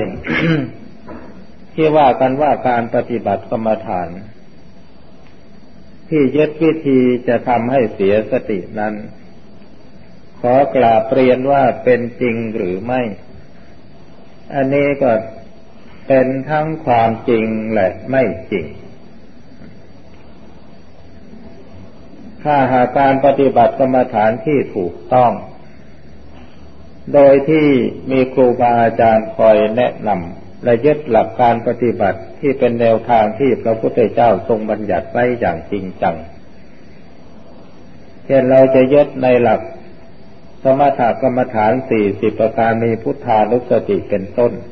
สิ่ง ที่ว่ากันว่าการปฏิบัติกรรมฐานที่ยึดวิธีจะทำให้เสียสตินั้นขอกราบเรียนว่าเป็นจริงหรือไม่อันนี้ก็เป็นทั้งความจริงและไม่จริงถ้าหากการปฏิบัติกรรมฐานที่ถูกต้องโดยที่มีครูบาอาจารย์คอยแนะนำและยึดหลักการปฏิบัติที่เป็นแนวทางที่พระพุทธเจ้าทรงบัญญัติไว้อย่างจริงจังเช่นเราจะยึดในหลักสมถกรรมฐาน40ประการมีพุทธานุสติเป็นต้น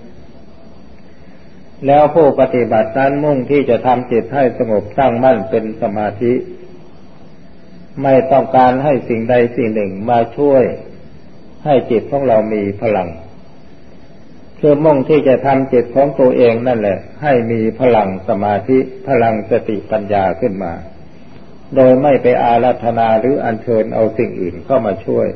แล้วผู้ปฏิบัตินั้นมุ่งที่จะทำจิตให้สงบตั้งมั่นเป็นสมาธิไม่ต้องการให้สิ่งใดสิ่งหนึ่งมาช่วยให้จิตของเรามีพลังคือมุ่งที่จะทำจิตของตัวเองนั่นแหละให้มีพลังสมาธิพลังสติปัญญาขึ้นมาโดยไม่ไปอาราธนาหรืออัญเชิญเอาสิ่งอื่นเข้ามาช่วย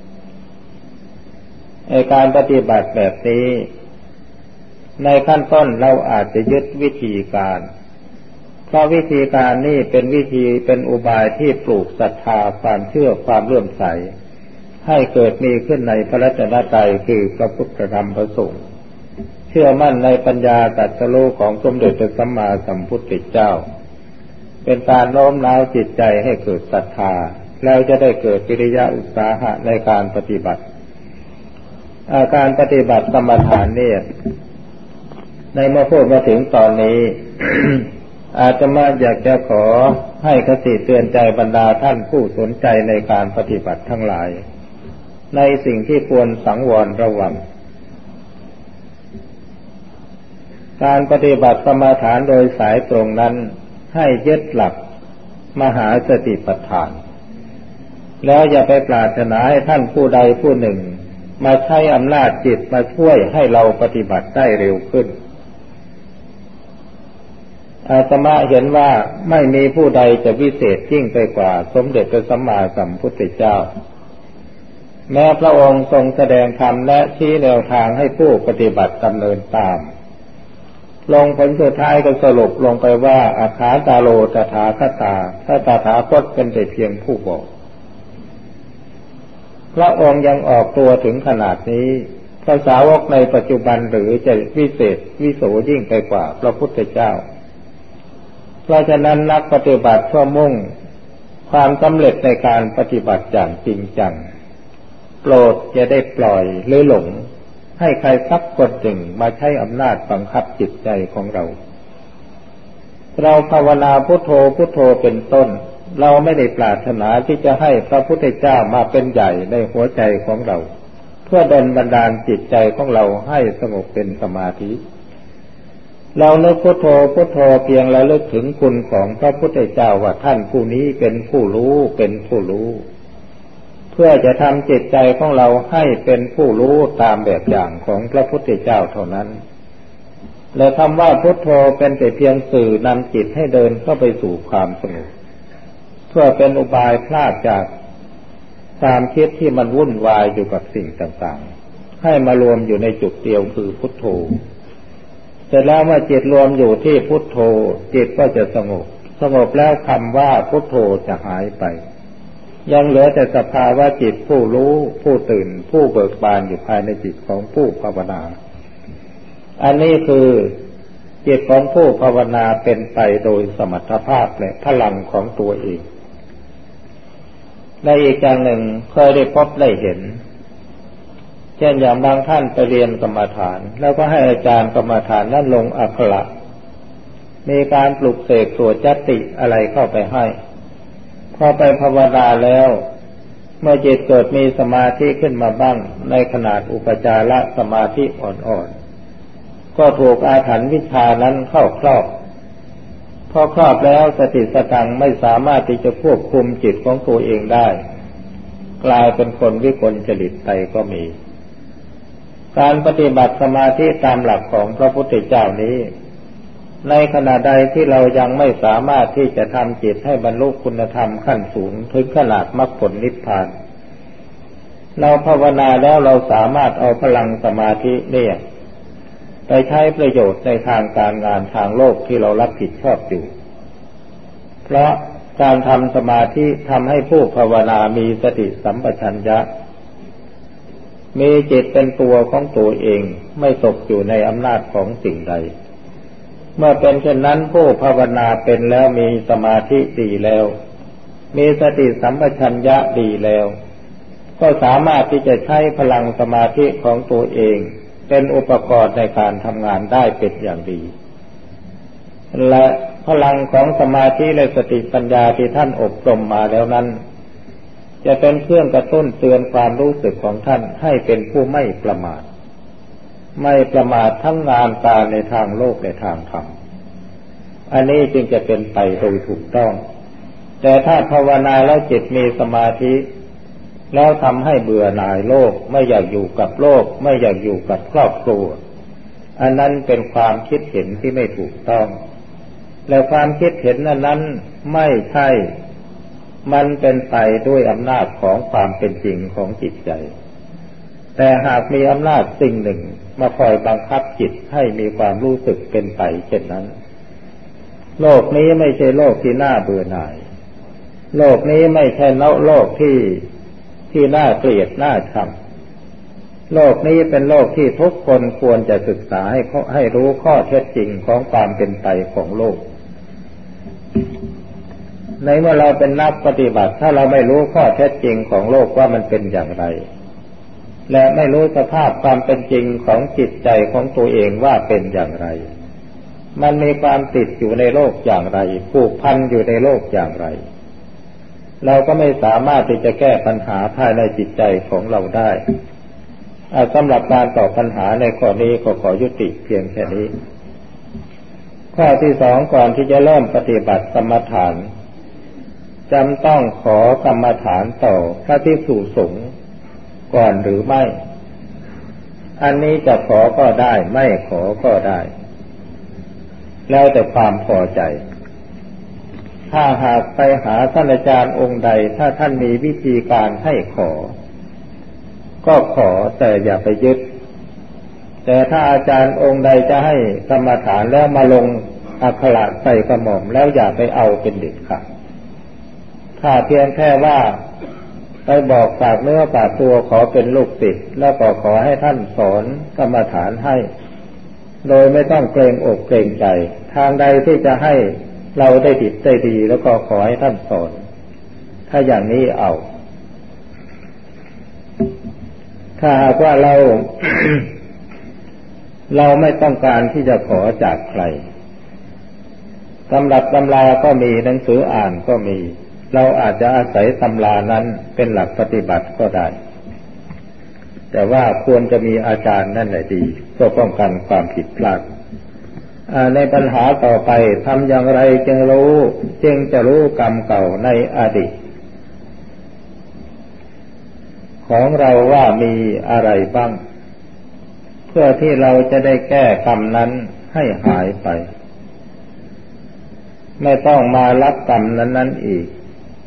การปฏิบัติแบบนี้ในขั้นต้นเราอาจจะยึดวิธีการเพราะวิธีการนี้เป็นอุบายที่ปลูกศรัทธาความเชื่อความเลื่อมใสให้เกิดมีขึ้นในพระรัตนตรัยคือพระพุทธธรรมพระสงฆ์เชื่อมั่นในปัญญาตรัสรู้ของสมเด็จพระสัมมาสัมพุทธเจ้าเป็นการโน้มน้าวจิตใจให้เกิดศรัทธาแล้วจะได้เกิดวิริยะอุตสาหะในการปฏิบัติการปฏิบัติกรรมฐานเนี่ยในเมื่อพูดมาถึงตอนนี้ อาตมาอยากจะขอให้คติเตือนใจบรรดาท่านผู้สนใจในการปฏิบัติทั้งหลายในสิ่งที่ควรสังวรระวังการปฏิบัติกรรมฐานโดยสายตรงนั้นให้ยึดหลักมหาสติปัฏฐานแล้วอย่าไปปรารถนาให้ท่านผู้ใดผู้หนึ่งมาใช้อำนาจจิตมาช่วยให้เราปฏิบัติได้เร็วขึ้นอาตมาเห็นว่าไม่มีผู้ใดจะวิเศษยิ่งไปกว่าสมเด็จพระสัมมาสัมพุทธเจ้าแม้พระองค์ทรงแสดงธรรมและชี้แนวทางให้ผู้ปฏิบัติดำเนินตามลงผลสุดท้ายก็สรุปลงไปว่าอาคาตาโลตถาคตาพระตถาคตเป็นแต่เพียงผู้บอกพระองค์ยังออกตัวถึงขนาดนี้พระสาวกในปัจจุบันหรือจะวิเศษวิโสยิ่งไปกว่าพระพุทธเจ้าเพราะฉะนั้นนักปฏิบัติทั่วมุ่งความสำเร็จในการปฏิบัติอย่างจริงจังโปรดจะได้ปล่อยหรือหลงให้ใครสักคนหนึ่งมาใช้อำนาจบังคับจิตใจของเราภาวนาพุทโธพุทโธเป็นต้นเราไม่ได้ปรารถนาที่จะให้พระพุทธเจ้ามาเป็นใหญ่ในหัวใจของเราเพื่อดลบันดาลจิตใจของเราให้สงบเป็นสมาธิเรานึกพุทโธพุทโธเพียงระลึกถึงคุณของพระพุทธเจ้าว่าท่านผู้นี้เป็นผู้รู้เป็นผู้รู้เพื่อจะทำจิตใจของเราให้เป็นผู้รู้ตามแบบอย่างของพระพุทธเจ้าเท่านั้นและคำว่าพุทโธเป็นแต่เพียงสื่อนำจิตให้เดินเข้าไปสู่ความสงบเพื่อเป็นอุบายพลาดจากความคิดที่มันวุ่นวายอยู่กับสิ่งต่างๆให้มารวมอยู่ในจุดเดียวคือพุทโธเสร็จแล้วเมื่อจิตรวมอยู่ที่พุทโธจิตก็จะสงบแล้วคำว่าพุทโธจะหายไปยังเหลือแต่สภาวะจิตผู้รู้ผู้ตื่นผู้เบิกบานอยู่ภายในจิตของผู้ภาวนาอันนี้คือจิตของผู้ภาวนาเป็นไปโดยสมรรถภาพและพลังของตัวเองในอีกอย่างหนึ่งเคยได้พบได้เห็นเช่นอย่างบางท่านไปเรียนกรรมฐานแล้วก็ให้อาจารย์กรรมฐานนั้นลงอักขระมีการปลุกเสกสวดจัตติอะไรเข้าไปให้พอไปภาวนาแล้วเมื่อจิตเกิดมีสมาธิขึ้นมาบ้างในขนาดอุปจารสมาธิอ่อนๆก็ถูกอาถรรพ์วิชานั้นเข้าครอบพอครอบแล้วสติสตังไม่สามารถที่จะควบคุมจิตของตัวเองได้กลายเป็นคนวิกลจริตไปก็มีการปฏิบัติสมาธิตามหลักของพระพุทธเจ้านี้ในขณะใดที่เรายังไม่สามารถที่จะทำจิตให้บรรลุคุณธรรมขั้นสูงถึงขนาดมรรคผลนิพพานเราภาวนาแล้วเราสามารถเอาพลังสมาธิเนี่ยไปใช้ประโยชน์ในทางการงานทางโลกที่เรารับผิดชอบอยู่เพราะการทำสมาธิทำให้ผู้ภาวนามีสติสัมปชัญญะมีจิตเป็นตัวของตัวเองไม่ตกอยู่ในอำนาจของสิ่งใดเมื่อเป็นเช่นนั้นผู้ภาวนาเป็นแล้วมีสมาธิดีแล้วมีสติสัมปชัญญะดีแล้วก็สามารถที่จะใช้พลังสมาธิของตัวเองเป็นอุปกรณ์ในการทำงานได้เป็นอย่างดีและพลังของสมาธิและสติปัญญาที่ท่านอบรมมาแล้วนั้นจะเป็นเครื่องกระตุ้นเตือนความรู้สึกของท่านให้เป็นผู้ไม่ประมาททั้งงานการในทางโลกและทางธรรมอันนี้จึงจะเป็นไปโดยถูกต้องแต่ถ้าภาวนาแล้วจิตมีสมาธิแล้วทำให้เบื่อหน่ายโลกไม่อยากอยู่กับโลกไม่อยากอยู่กับครอบครัวอันนั้นเป็นความคิดเห็นที่ไม่ถูกต้องและความคิดเห็นนั้นไม่ใช่มันเป็นไปด้วยอำนาจของความเป็นจริงของจิตใจแต่หากมีอำนาจสิ่งหนึ่งมาคอยบังคับจิตให้มีความรู้สึกเป็นไปเช่นนั้นโลกนี้ไม่ใช่โลกที่น่าเบื่อหน่ายโลกนี้ไม่ใช่โลกที่น่าเกลียดน่าชังโลกนี้เป็นโลกที่ทุกคนควรจะศึกษาให้รู้ข้อเท็จจริงของความเป็นไปของโลกในเมื่อเราเป็นนักปฏิบัติถ้าเราไม่รู้ข้อเท็จจริงของโลกว่ามันเป็นอย่างไรและไม่รู้สภาพความเป็นจริงของจิตใจของตัวเองว่าเป็นอย่างไรมันมีความติดอยู่ในโลกอย่างไรผูกพันอยู่ในโลกอย่างไรเราก็ไม่สามารถที่จะแก้ปัญหาภายในจิตใจของเราได้สำหรับการตอบปัญหาในข้อนี้ก็ขอยุติเพียงแค่นี้ข้อที่สองก่อนที่จะเริ่มปฏิบัติกรรมฐานจำต้องขอกรรมฐานต่อพระภิกษุสงฆ์ก่อนหรือไม่อันนี้จะขอก็ได้ไม่ขอก็ได้แล้วแต่ความพอใจถ้าหากไปหาท่านอาจารย์องค์ใดถ้าท่านมีวิธีการให้ขอก็ขอแต่อย่าไปยึดแต่ถ้าอาจารย์องค์ใดจะให้กรรมฐานแล้วมาลงอักขระใส่กระหม่อมแล้วอย่าไปเอาเป็นเด็ดขาดถ้าเพียงแค่ว่าไปบอกฝากเนื้อฝากตัวขอเป็นลูกศิษย์แล้วก็ขอให้ท่านสอนกรรมฐานให้โดยไม่ต้องเกรงอกเกรงใจทางใดที่จะให้เราได้ดิบได้ดีแล้วก็ขอให้ท่านสอนถ้าอย่างนี้เอาถ้าหากว่าเรา เราไม่ต้องการที่จะขอจากใครตำรับตำราก็มีหนังสืออ่านก็มีเราอาจจะอาศัยตำรานั้นเป็นหลักปฏิบัติก็ได้แต่ว่าควรจะมีอาจารย์นั่นแหละดีเพื่อป้องกันความผิดพลาดในปัญหาต่อไปทำอย่างไรจึงจะรู้กรรมเก่าในอดีตของเราว่ามีอะไรบ้างเพื่อที่เราจะได้แก้กรรมนั้นให้หายไปไม่ต้องมารับกรรมนั้นอีก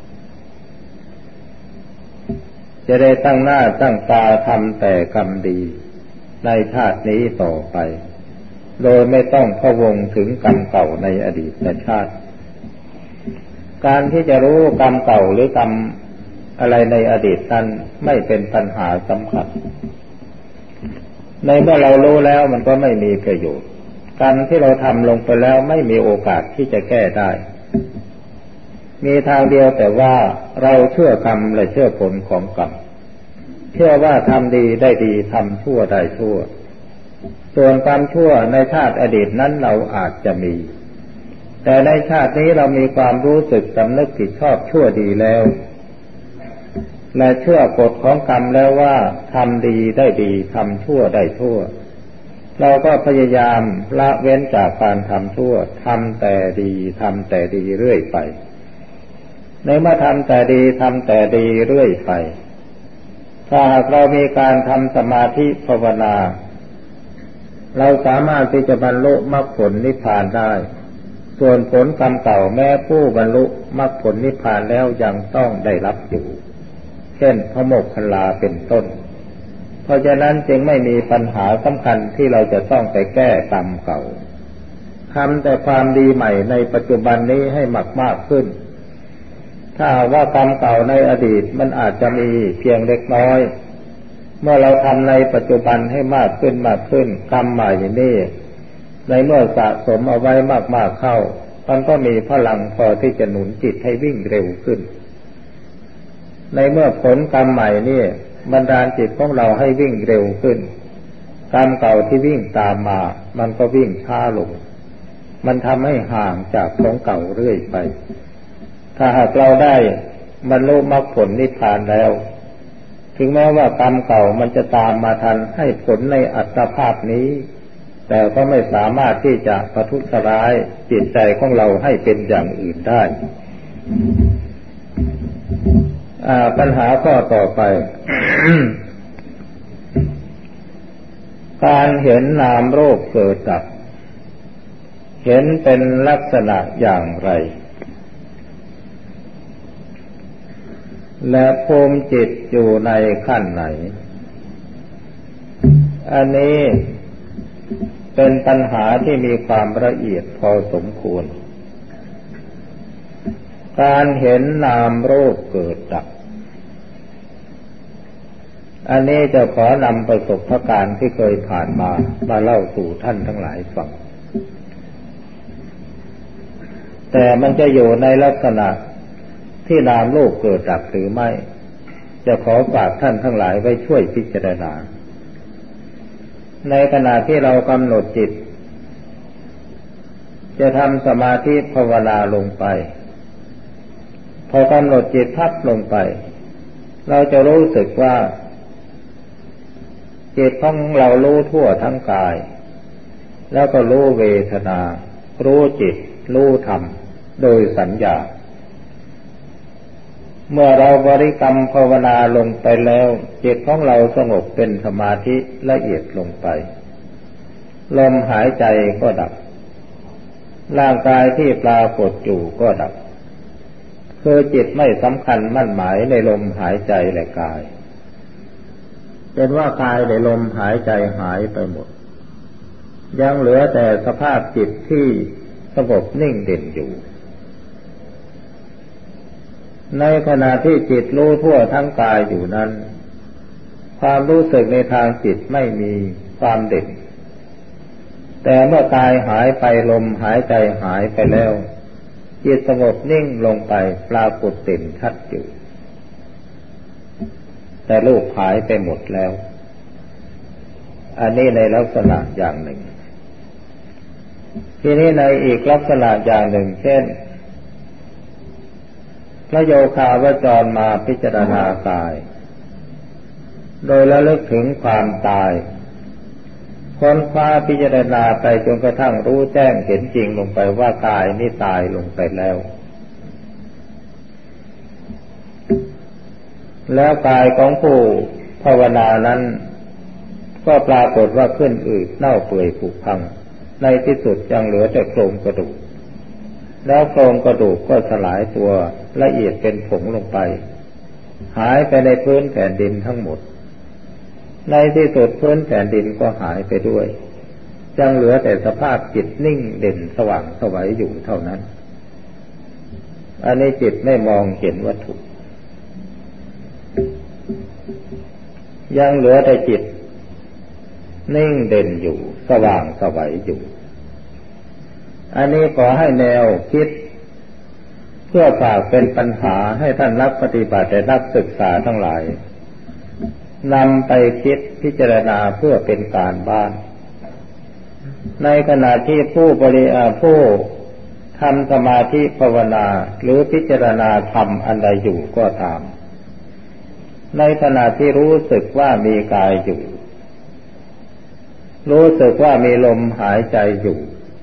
จะได้ตั้งหน้าตั้งตาทำแต่กรรมดีในชาตินี้ต่อไปโดยไม่ต้องพะวงถึงกรรมเก่าในอดีตชาติการที่จะรู้กรรมเก่าหรือกรรมอะไรในอดีตนั้นไม่เป็นปัญหาสำคัญในเมื่อเรารู้แล้วมันก็ไม่มีประโยชน์กรรมที่เราทำลงไปแล้วไม่มีโอกาสที่จะแก้ได้มีทางเดียวแต่ว่าเราเชื่อกรรมและเชื่อผลของกรรมเชื่อว่าทำดีได้ดีทำชั่วได้ชั่วส่วนความชั่วในชาติอดีตนั้นเราอาจจะมีแต่ในชาตินี้เรามีความรู้สึกสำนึกผิดชอบชั่วดีแล้วและเชื่อกฎของกรรมแล้วว่าทำดีได้ดีทำชั่วได้ชั่วเราก็พยายามละเว้นจากการทำชั่วทำแต่ดีเรื่อยไปในเมื่อทำแต่ดีเรื่อยไปถ้าหากเรามีการทำสมาธิภาวนาเราสามารถที่จะบรรลุมรรคผลนิพพานได้ส่วนผลกรรมเก่าแม้ผู้บรรลุมรรคผลนิพพานแล้วยังต้องได้รับอยู่เช่นพระโมคคัลลาเป็นต้นเพราะฉะนั้นจึงไม่มีปัญหาสำคัญที่เราจะต้องไปแก้กรรมเก่าทำแต่ความดีใหม่ในปัจจุบันนี้ให้มากขึ้นถ้าว่ากรรมเก่าในอดีตมันอาจจะมีเพียงเล็กน้อยเมื่อเราทำในปัจจุบันให้มากขึ้นกรรมใหม่นี้ในเมื่อสะสมเอาไว้มากๆเข้ามันก็มีพลังพอที่จะหนุนจิตให้วิ่งเร็วขึ้นในเมื่อผลกรรมใหม่นี่บันดาลจิตของเราให้วิ่งเร็วขึ้นกรรมเก่าที่วิ่งตามมามันก็วิ่งช้าลงมันทำให้ห่างจากของเก่าเรื่อยไปถ้าหากเราได้บรรลุมรรคผลนิพพานแล้วถึงแม้ว่ากรรมเก่ามันจะตามมาทันให้ผลในอัตภาพนี้แต่ก็ไม่สามารถที่จะประทุษร้ายจิตใจของเราให้เป็นอย่างอื่นได้ปัญหาข้อต่อไป การเห็นนามรูปเกิดดับเห็นเป็นลักษณะอย่างไรและภูมิจิตอยู่ในขั้นไหนอันนี้เป็นปัญหาที่มีความละเอียดพอสมควรการเห็นนามรูปเกิดดับอันนี้จะขอนำประสบการณ์ที่เคยผ่านมาเล่าสู่ท่านทั้งหลายฟังแต่มันจะอยู่ในลักษณะที่นามรูปเกิดดับหรือไม่จะขอฝากท่านทั้งหลายไว้ช่วยพิจารณาในขณะที่เรากำหนดจิตจะทำสมาธิภาวนาลงไปพอกำหนดจิตพับลงไปเราจะรู้สึกว่าจิตของเรารู้ทั่วทั้งกายแล้วก็รู้เวทนารู้จิตรู้ธรรมโดยสัญญาเมื่อเราบริกรรมภาวนาลงไปแล้วจิตของเราสงบเป็นสมาธิละเอียดลงไปลมหายใจก็ดับร่างกายที่ปรากฏอยู่ก็ดับคือจิตไม่สำคัญมั่นหมายในลมหายใจและกายเป็นว่ากายในลมหายใจหายไปหมดยังเหลือแต่สภาพจิตที่สงบนิ่งเด่นอยู่ในขณะที่จิตรู้ทั่วทั้งกายอยู่นั้นความรู้สึกในทางจิตไม่มีความเด่นแต่เมื่อกายหายไปลมหายใจหายไปแล้วจิตสงบนิ่งลงไปปรากฏเด่นชัดอยู่แต่รูปหายไปหมดแล้วอันนี้ในลักษณะอย่างหนึ่งทีนี้ในอีกลักษณะอย่างหนึ่งเช่นพระโยคาวจรมาพิจารณากายโดยระลึกถึงความตายค้นคว้าพิจารณาไปจนกระทั่งรู้แจ้งเห็นจริงลงไปว่ากายนี้ตายลงไปแล้วกายของผู้ภาวนานั้นก็ปรากฏว่าขึ้นอืดเน่าเปื่อยผุพังในที่สุดยังเหลือแต่โครงกระดูกแล้วโครงกระดูกก็สลายตัวละเอียดเป็นผงลงไปหายไปในพื้นแผ่นดินทั้งหมดในที่สุดพื้นแผ่นดินก็หายไปด้วยยังเหลือแต่สภาพจิตนิ่งเด่นสว่างไสวอยู่เท่านั้นอันนี้จิตไม่มองเห็นวัตถุยังเหลือแต่จิตนิ่งเด่นอยู่สว่างไสวอยู่อันนี้ขอให้แนวคิดเพื่อฝากเป็นปัญหาให้ท่านนักปฏิบัติและนักศึกษาทั้งหลายนำไปคิดพิจารณาเพื่อเป็นการบ้านในขณะที่ผู้ทำสมาธิภาวนาหรือพิจารณาธรรมอันใดอยู่ก็ตามในขณะที่รู้สึกว่ามีกายอยู่รู้สึกว่ามีลมหายใจอยู่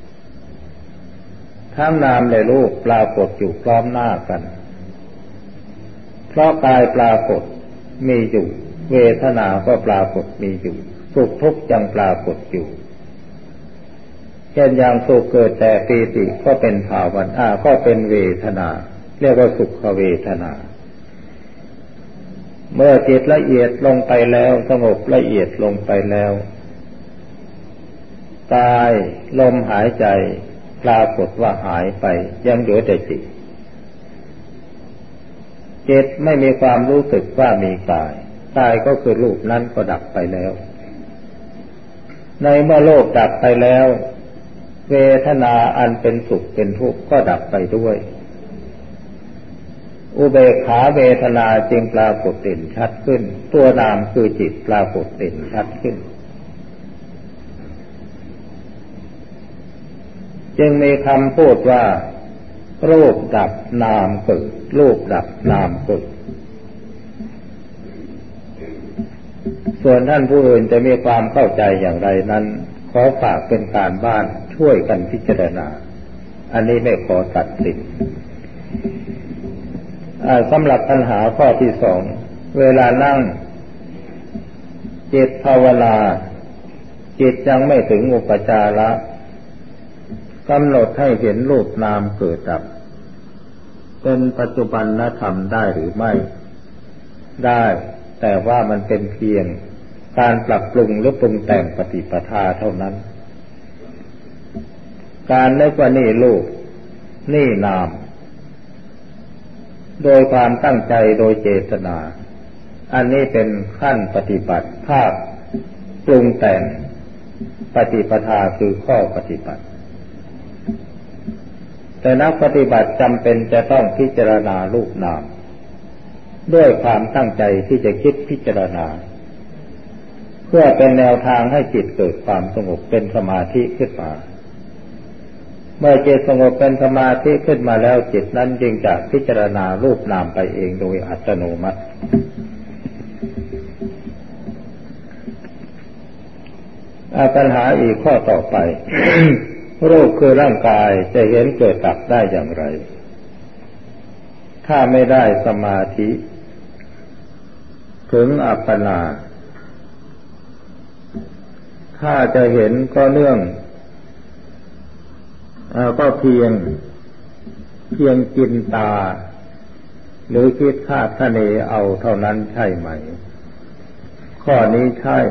ทั้งนามและรูปปรากฏอยู่พร้อมหน้ากันเพราะกายปรากฏมีอยู่เวทนาก็ปรากฏมีอยู่สุขทุกข์ยังปรากฏอยู่เช่นอย่างสุขเกิดแต่ปีติก็เป็นภาวนาก็เป็นเวทนาเรียกว่าสุขเวทนาเมื่อจิตละเอียดลงไปแล้วสงบละเอียดลงไปแล้วกายลมหายใจปรากฏว่าหายไปยังเหลือแต่จิตจิตไม่มีความรู้สึกว่ามีกายกายก็คือรูปนั้นก็ดับไปแล้วในเมื่อโลกดับไปแล้วเวทนาอันเป็นสุขเป็นทุกข์ก็ดับไปด้วยอุเบกขาเวทนาจึงปรากฏเด่นชัดขึ้นตัวนามคือจิตปรากฏเด่นชัดขึ้นจึงมีคำพูดว่ารูปดับนามเกิดรูปดับนามเกิดส่วนท่านผู้อื่นจะมีความเข้าใจอย่างไรนั้นขอฝากเป็นการบ้านช่วยกันพิจารณาอันนี้ไม่ขอตัดสินสำหรับปัญหาข้อที่สองเวลานั่งจิตภาวนาจิตยังไม่ถึงอุปจาระกำหนดให้เห็นรูปนามเกิดดับเป็นปัจจุบันธรรมได้หรือไม่ได้แต่ว่ามันเป็นเพียงการปรับปรุงหรือปรุงแต่งปฏิปทาเท่านั้นการนึกว่านี่รูปนี่นามโดยความตั้งใจโดยเจตนาอันนี้เป็นขั้นปฏิบัติภาคปรุงแต่งปฏิปทาคือข้อปฏิบัติแต่นักปฏิบัติจำเป็นจะต้องพิจารณารูปนามด้วยความตั้งใจที่จะคิดพิจารณาเพื่อเป็นแนวทางให้จิตเกิดความสงบเป็นสมาธิขึ้นมาเมื่อจิตสงบเป็นสมาธิขึ้นมาแล้วจิตนั้นจึงจะพิจารณารูปนามไปเองโดยอัตโนมัติปัญหาอีกข้อต่อไป รูปคือร่างกายจะเห็นเกิดดับได้อย่างไรถ้าไม่ได้สมาธิถึงอัปปนาถ้าจะเห็นก็เนื่องก็เพียงกินตาหรือคิดคาดคะเนเอาเท่านั้นใช่ไหมข้อนี้ใช่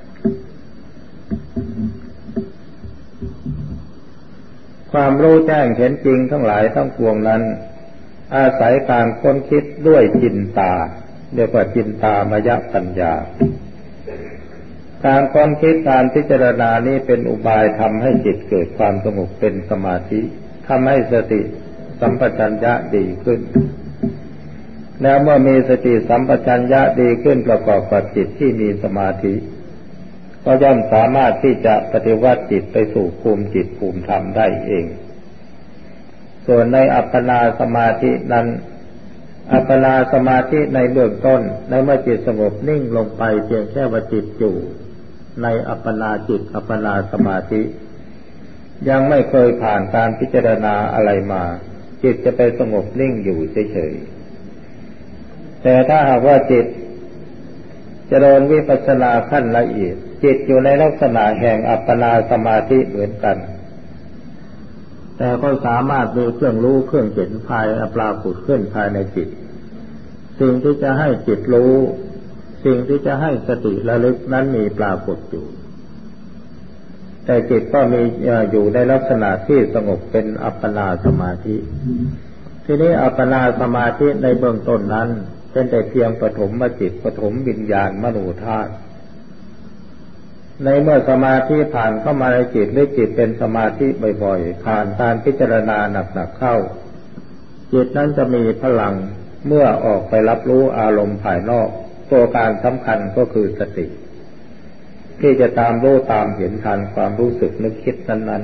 ความรู้แจ้งเห็นจริงทั้งหลายทั้งปวงนั้นอาศัยการค้นคิดด้วยจินตาเรียกว่าจินตามยปัญญาการค้นคิดการพิจารณานี้เป็นอุบายทำให้จิตเกิดความสงบเป็นสมาธิทำให้สติสัมปชัญญะดีขึ้นแล้วเมื่อมีสติสัมปชัญญะดีขึ้นประกอบกับจิตที่มีสมาธิก็ย่อมสามารถที่จะปฏิวัติจิตไปสู่ภูมิจิตภูมิธรรมได้เองส่วนในอัปปนาสมาธินั้นอัปปนาสมาธิในเบื้องต้นในเมื่อจิตสงบนิ่งลงไปเพียงแค่ว่าจิตอยู่ในอัปปนาจิตอัปปนาสมาธิยังไม่เคยผ่านการพิจารณาอะไรมาจิตจะไปสงบนิ่งอยู่เฉยๆแต่ถ้าหากว่าจิตเจริญวิปัสสนาขั้นละเอียดจิตอยู่ในลักษณะแห่งอัปปนาสมาธิเหมือนกันแต่ก็สามารถมีเครื่องรู้เครื่องเห็นภายปรากฏขึ้นภายในจิตสิ่งที่จะให้จิตรู้สิ่งที่จะให้สติระลึกนั้นมีปรากฏอยู่แต่จิตก็มีอยู่ในลักษณะที่สงบเป็นอัปปนาสมาธิทีนี้อัปปนาสมาธิในเบื้องต้นนั้นเป็นแต่เพียงปฐมจิตปฐมวิญญาณมโนธาตุในเมื่อสมาธิผ่านเข้ามาในจิตหรือจิตเป็นสมาธิบ่อยๆผ่านการพิจารณาหนักๆเข้าจิตนั้นจะมีพลังเมื่อออกไปรับรู้อารมณ์ภายนอกตัวการสำคัญก็คือสติที่จะตามรู้ตามเห็นทันความรู้สึกนึกคิดนั้น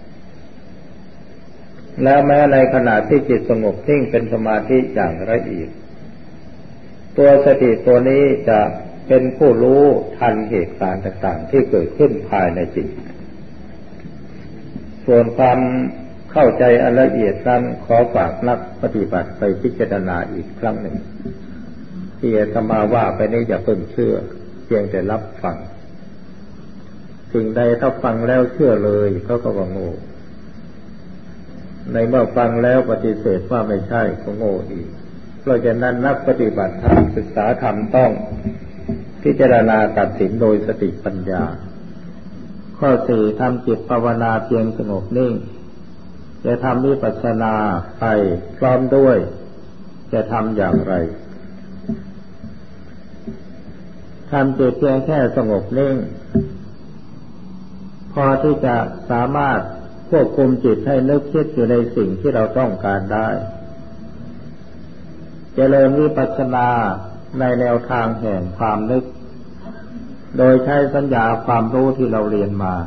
ๆแล้วแม้ในขณะที่จิตสงบนิ่งเป็นสมาธิอย่างละเอียดตัวสติตัวนี้จะเป็นผู้รู้ทันเหตุการณ์ต่างๆที่เกิดขึ้นภายในจิตส่วนความเข้าใจอันละเอียดนั้นขอฝากนักปฏิบัติไปพิจารณาอีกครั้งหนึ่งที่อาตมาว่าไปนี้อย่าเพิ่งเชื่อเพียงแต่รับฟังสิ่งใดถ้าฟังแล้วเชื่อเลยเขาก็ว่าโง่ในเมื่อฟังแล้วปฏิเสธว่าไม่ใช่ก็โง่อีกเพราะฉะนั้นนักปฏิบัติธรรมศึกษาธรรมต้องพิจารณาตัดสินโดยสติปัญญาข้อ 4ทำจิตภาวนาเพียงสงบนิ่งจะทำวิปัสสนาไปพร้อมด้วยจะทำอย่างไรทำจิตเพียงแค่สงบนิ่งพอที่จะสามารถควบคุมจิตให้นึกคิดอยู่ในสิ่งที่เราต้องการได้เจริญวิปัสสนาในแนวทางแห่งความนึกโดยใช้สัญญาความรู้ที่เราเรียนมา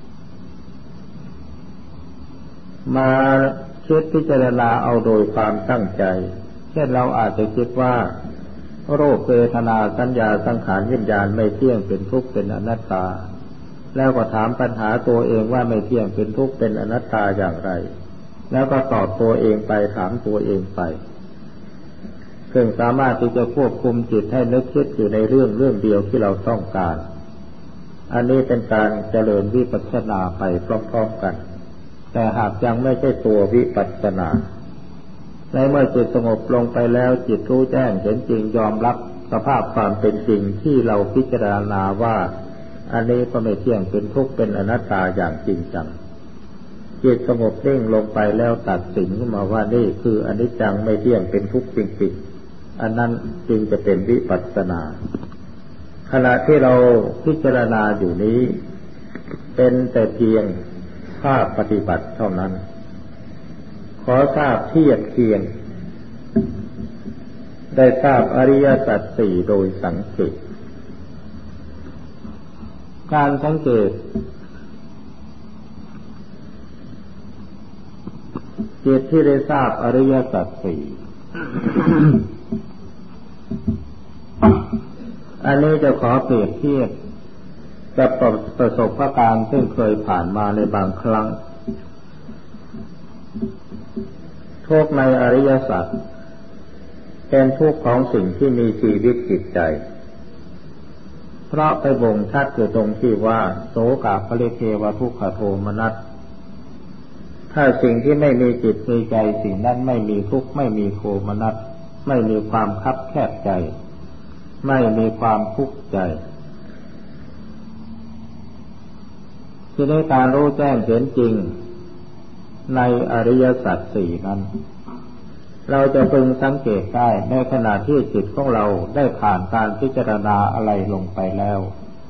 คิดพิจารณาเอาโดยความตั้งใจเช่นเราอาจจะคิดว่ารูปเวทนาสัญญาสังขารวิญญาณไม่เที่ยงเป็นทุกข์เป็นอนัตตาแล้วก็ถามปัญหาตัวเองว่าไม่เที่ยงเป็นทุกข์เป็นอนัตตาอย่างไรแล้วก็ตอบตัวเองไปถามตัวเองไปซึ่งสามารถที่จะควบคุมจิตให้นึกคิดอยู่ในเรื่องเดียวที่เราต้องการอันนี้เป็นการเจริญวิปัสสนาไปพร้อมๆกันแต่หากยังไม่ใช่ตัววิปัสสนาในเมื่อจิตสงบลงไปแล้วจิตรู้แจ้งเห็นจริงยอมรับสภาพความเป็นจริงที่เราพิจารณาว่าอันนี้ก็ไม่เที่ยงเป็นทุกข์เป็นอนัตตาอย่างจริงจังจิตสงบนิ่งลงไปแล้วตัดสินขึ้นมาว่านี่คืออนิจจังไม่เที่ยงเป็นทุกข์จริงๆอันนั้นจึงจะเป็นวิปัสสนาขณะที่เราพิจารณาอยู่นี้เป็นแต่เพียงภาคปฏิบัติเท่านั้นขอทราบเทียบเคียงได้ทราบอริยสัจสี่โดยสังเกตการสังเกตจิตที่ได้ทราบอริยสัจสี่ อันนี้จะขอเปรียบเทียบกับประสบการณ์ซึ่งเคยผ่านมาในบางครั้งทุกข์ในอริยสัจเป็นทุกข์ของสิ่งที่มีชีวิตจิตใจเพราะไปบ่งชัดอยู่ตรงที่ว่าโสกะปริเทวทุกขโทมนัสถ้าสิ่งที่ไม่มีจิตมีใจสิ่งนั้นไม่มีทุกข์ไม่มีโทมนัสไม่มีความคับแคบใจไม่มีความทุกข์ใจที่ได้การรู้แจ้งเห็นจริงในอริยสัจสี่นั้นเราจะพึงสังเกตได้ในขณะที่จิตของเราได้ผ่านการพิจารณาอะไรลงไปแล้ว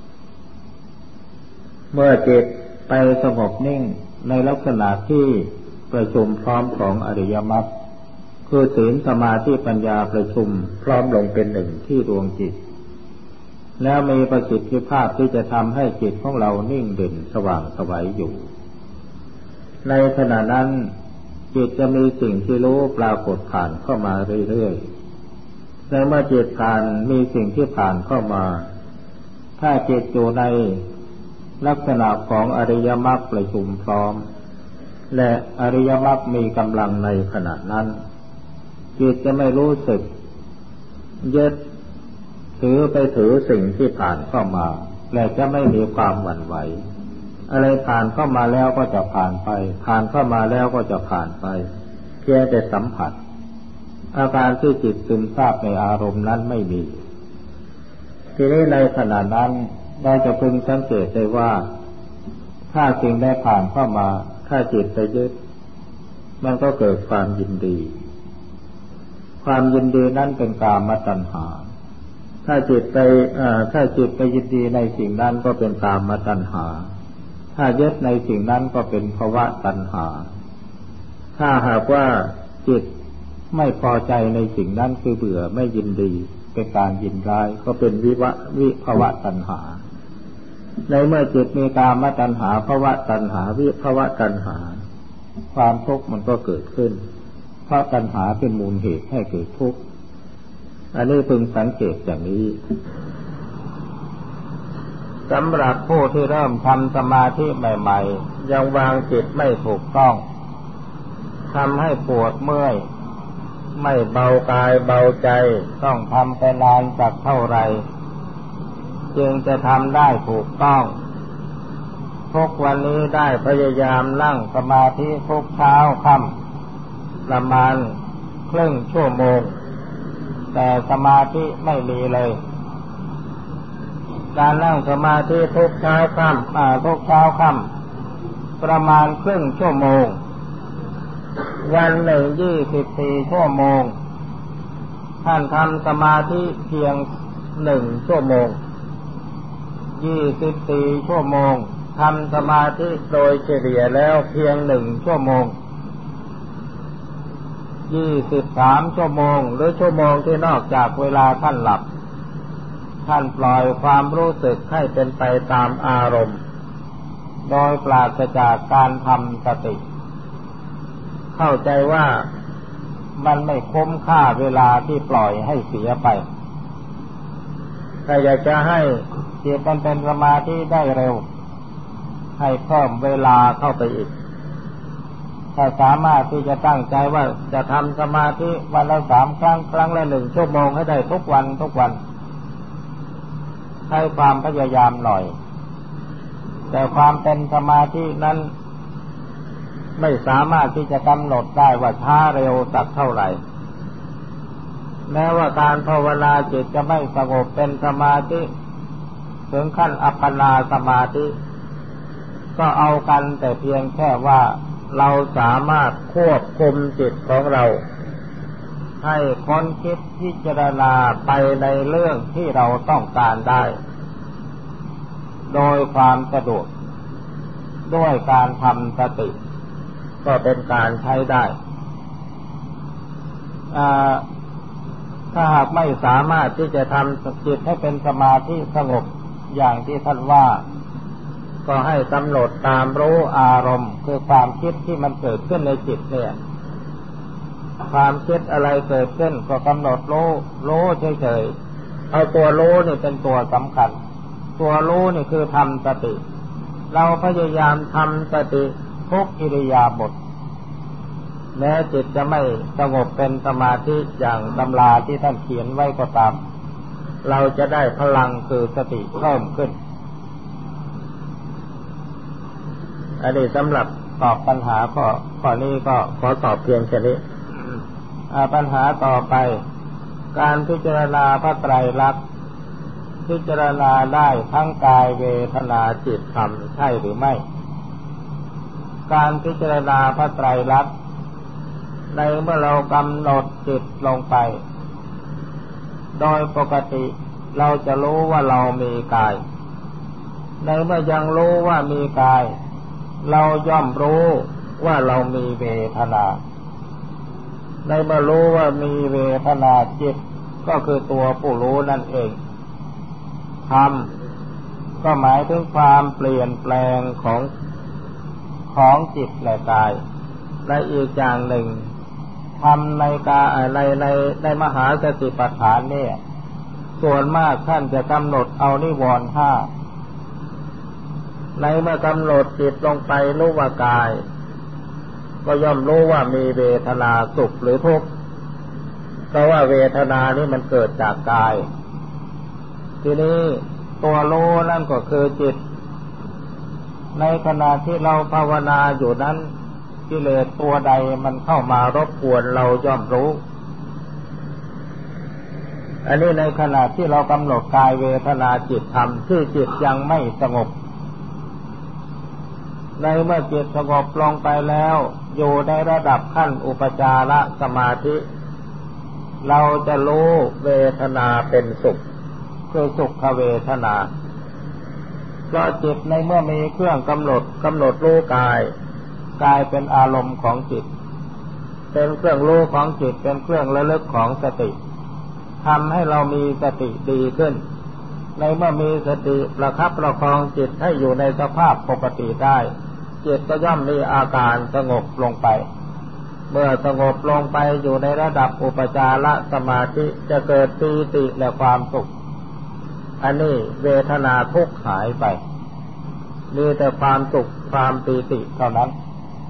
เมื่อจิตไปสงบนิ่งในลักษณะที่ประชุมพร้อมของอริยมรรคคือศีลสมาธิปัญญาประชุมพร้อมลงเป็นหนึ่งที่ดวงจิตแล้วมีประสิทธิภาพที่จะทำให้จิตของเรานิ่งเด่นสว่างไสวอยู่ในขณะนั้นจิตจะมีสิ่งที่รู้ปรากฏผ่านเข้ามาเรื่อยๆในเมื่อจิตผ่านมีสิ่งที่ผ่านเข้ามาถ้าจิตอยู่ในลักษณะของอริยมรรคประชุมพร้อมและอริยมรรคมีกำลังในขณะนั้นจิตจะไม่รู้สึกยึดถือสิ่งที่ผ่านเข้ามาและจะไม่มีความหวั่นไหวอะไรผ่านเข้ามาแล้วก็จะผ่านไปผ่านเข้ามาแล้วก็จะผ่านไปเพียงแต่สัมผัสอาการที่จิตซึมซาบในอารมณ์นั้นไม่มีทีนี้ในขณะนั้นเราจะพึงสังเกตได้ว่าถ้าสิ่งได้ผ่านเข้ามาถ้าจิตไปยึดมันก็เกิดความยินดีความยินดีนั้นเป็นกามตัณหาถ้าจิตไปยินดีในสิ่งนั้นก็เป็นกามตัณหาถ้ายึดในสิ่งนั้นก็เป็นภวตัณหาถ้าหากว่าจิตไม่พอใจในสิ่งนั้นคือเบื่อไม่ยินดีเป็นการยินร้ายก็เป็นวิภวตัณหาในเมื่อจิตมีกามตัณหาภวตัณหาวิภวตัณหาความทุกข์มันก็เกิดขึ้นเพราะตัณหาเป็นมูลเหตุให้เกิดทุกข์อันนี้พึงสังเกตอย่างนี้สำหรับผู้ที่เริ่มทำสมาธิใหม่ๆยังวางจิตไม่ถูกต้องทำให้ปวดเมื่อยไม่เบากายเบาใจต้องทำไปนานสักเท่าไหร่จึงจะทำได้ถูกต้องทุกวันนี้ได้พยายามนั่งสมาธิทุกเช้าค่ำประมาณครึ่งชั่วโมงแต่สมาธิไม่มีเลยการนั่งสมาธิทุกเช้าค่ำประมาณครึ่งชั่วโมงวันหนึ่ง24 ชั่วโมงท่านทำสมาธิเพียง1 ชั่วโมง24 ชั่วโมงทำสมาธิโดยเฉลี่ยแล้วเพียง1 ชั่วโมง23 ชั่วโมงหรือชั่วโมงที่นอกจากเวลาท่านหลับท่านปล่อยความรู้สึกให้เป็นไปตามอารมณ์โดยปราศจากการทำสติเข้าใจว่ามันไม่คุ้มค่าเวลาที่ปล่อยให้เสียไปถ้าอยากจะให้จิตมันเป็นสมาธิได้เร็วให้เพิ่มเวลาเข้าไปอีกถ้าสามารถที่จะตั้งใจว่าจะทำสมาธิวันละ3 ครั้งครั้งละ1 ชั่วโมงให้ได้ทุกวันใช้ความพยายามหน่อยแต่ความเป็นสมาธินั้นไม่สามารถที่จะกำหนดได้ว่าช้าเร็วสักเท่าไหร่แม้ว่าการภาวนาจิตจะไม่สงบเป็นสมาธิถึงขั้นอัปปนาสมาธิก็เอากันแต่เพียงแค่ว่าเราสามารถควบคุมจิตของเราให้ค้นคิดพิจารณาไปในเรื่องที่เราต้องการได้โดยความสะดวกด้วยการทำสติก็เป็นการใช้ได้ถ้าหากไม่สามารถที่จะทำจิตให้เป็นสมาธิสงบอย่างที่ท่านว่าก็ให้กำหนดตามรู้อารมณ์คือความคิดที่มันเกิดขึ้นในจิตเนี่ยความคิดอะไรเกิดขึ้นก็กำหนดรู้เฉยๆเอาตัวรู้นี่เป็นตัวสำคัญตัวรู้นี่คือทำสติเราพยายามทำสติทุกอิริยาบถแม้จิตจะไม่สงบเป็นสมาธิอย่างตำราที่ท่านเขียนไว้ก็ตามเราจะได้พลังคือสติเพิ่มขึ้นอันนี้สำหรับตอบปัญหาข้อนี้ก็ขอตอบเพียงแค่นี้ปัญหาต่อไปการพิจารณาพระไตรลักษณ์พิจารณาได้ทั้งกายเวทนาจิตธรรมใช่หรือไม่การพิจารณาพระไตรลักษณ์ในเมื่อเรากำหนดจิตลงไปโดยปกติเราจะรู้ว่าเรามีกายในเมื่อยังรู้ว่ามีกายเราย่อมรู้ว่าเรามีเวทนาในเมื่อรู้ว่ามีเวทนาจิตก็คือตัวผู้รู้นั่นเองธรรมก็หมายถึงความเปลี่ยนแปลงของจิตและกายและอีกอย่างหนึ่งธรรมในมหาสติปัฏฐานเนี่ยส่วนมากท่านจะกำหนดเอานิวรณ์ 5ในเมื่อกำหนดจิตลงไปรู้ว่ากายก็ย่อมรู้ว่ามีเวทนาสุขหรือทุกข์เพราะว่าเวทนานี้มันเกิดจากกายทีนี้ตัวรู้นั่นก็คือจิตในขณะที่เราภาวนาอยู่นั้นกิเลสตัวใดมันเข้ามารบกวนเราย่อมรู้อันนี้ในขณะที่เรากำหนดกายเวทนาจิตธรรมที่จิตยังไม่สงบในเมื่อจิตสงบลงไปแล้วอยู่ในระดับขั้นอุปจารสมาธิเราจะรู้เวทนาเป็นสุขคือสุขเวทนาเพราะจิตในเมื่อมีเครื่องกำหนดรู้กายเป็นอารมณ์ของจิตเป็นเครื่องรู้ของจิตเป็นเครื่องระลึกของสติทำให้เรามีสติดีขึ้นในเมื่อมีสติประคับประคองจิตให้อยู่ในสภาพปกติได้จิตก็ย่อมมีอาการสงบลงไปเมื่อสงบลงไปอยู่ในระดับอุปจารสมาธิจะเกิดปีติและความสุขอันนี้เวทนาทุกข์หายไปมีแต่ความสุขความปีติเท่านั้น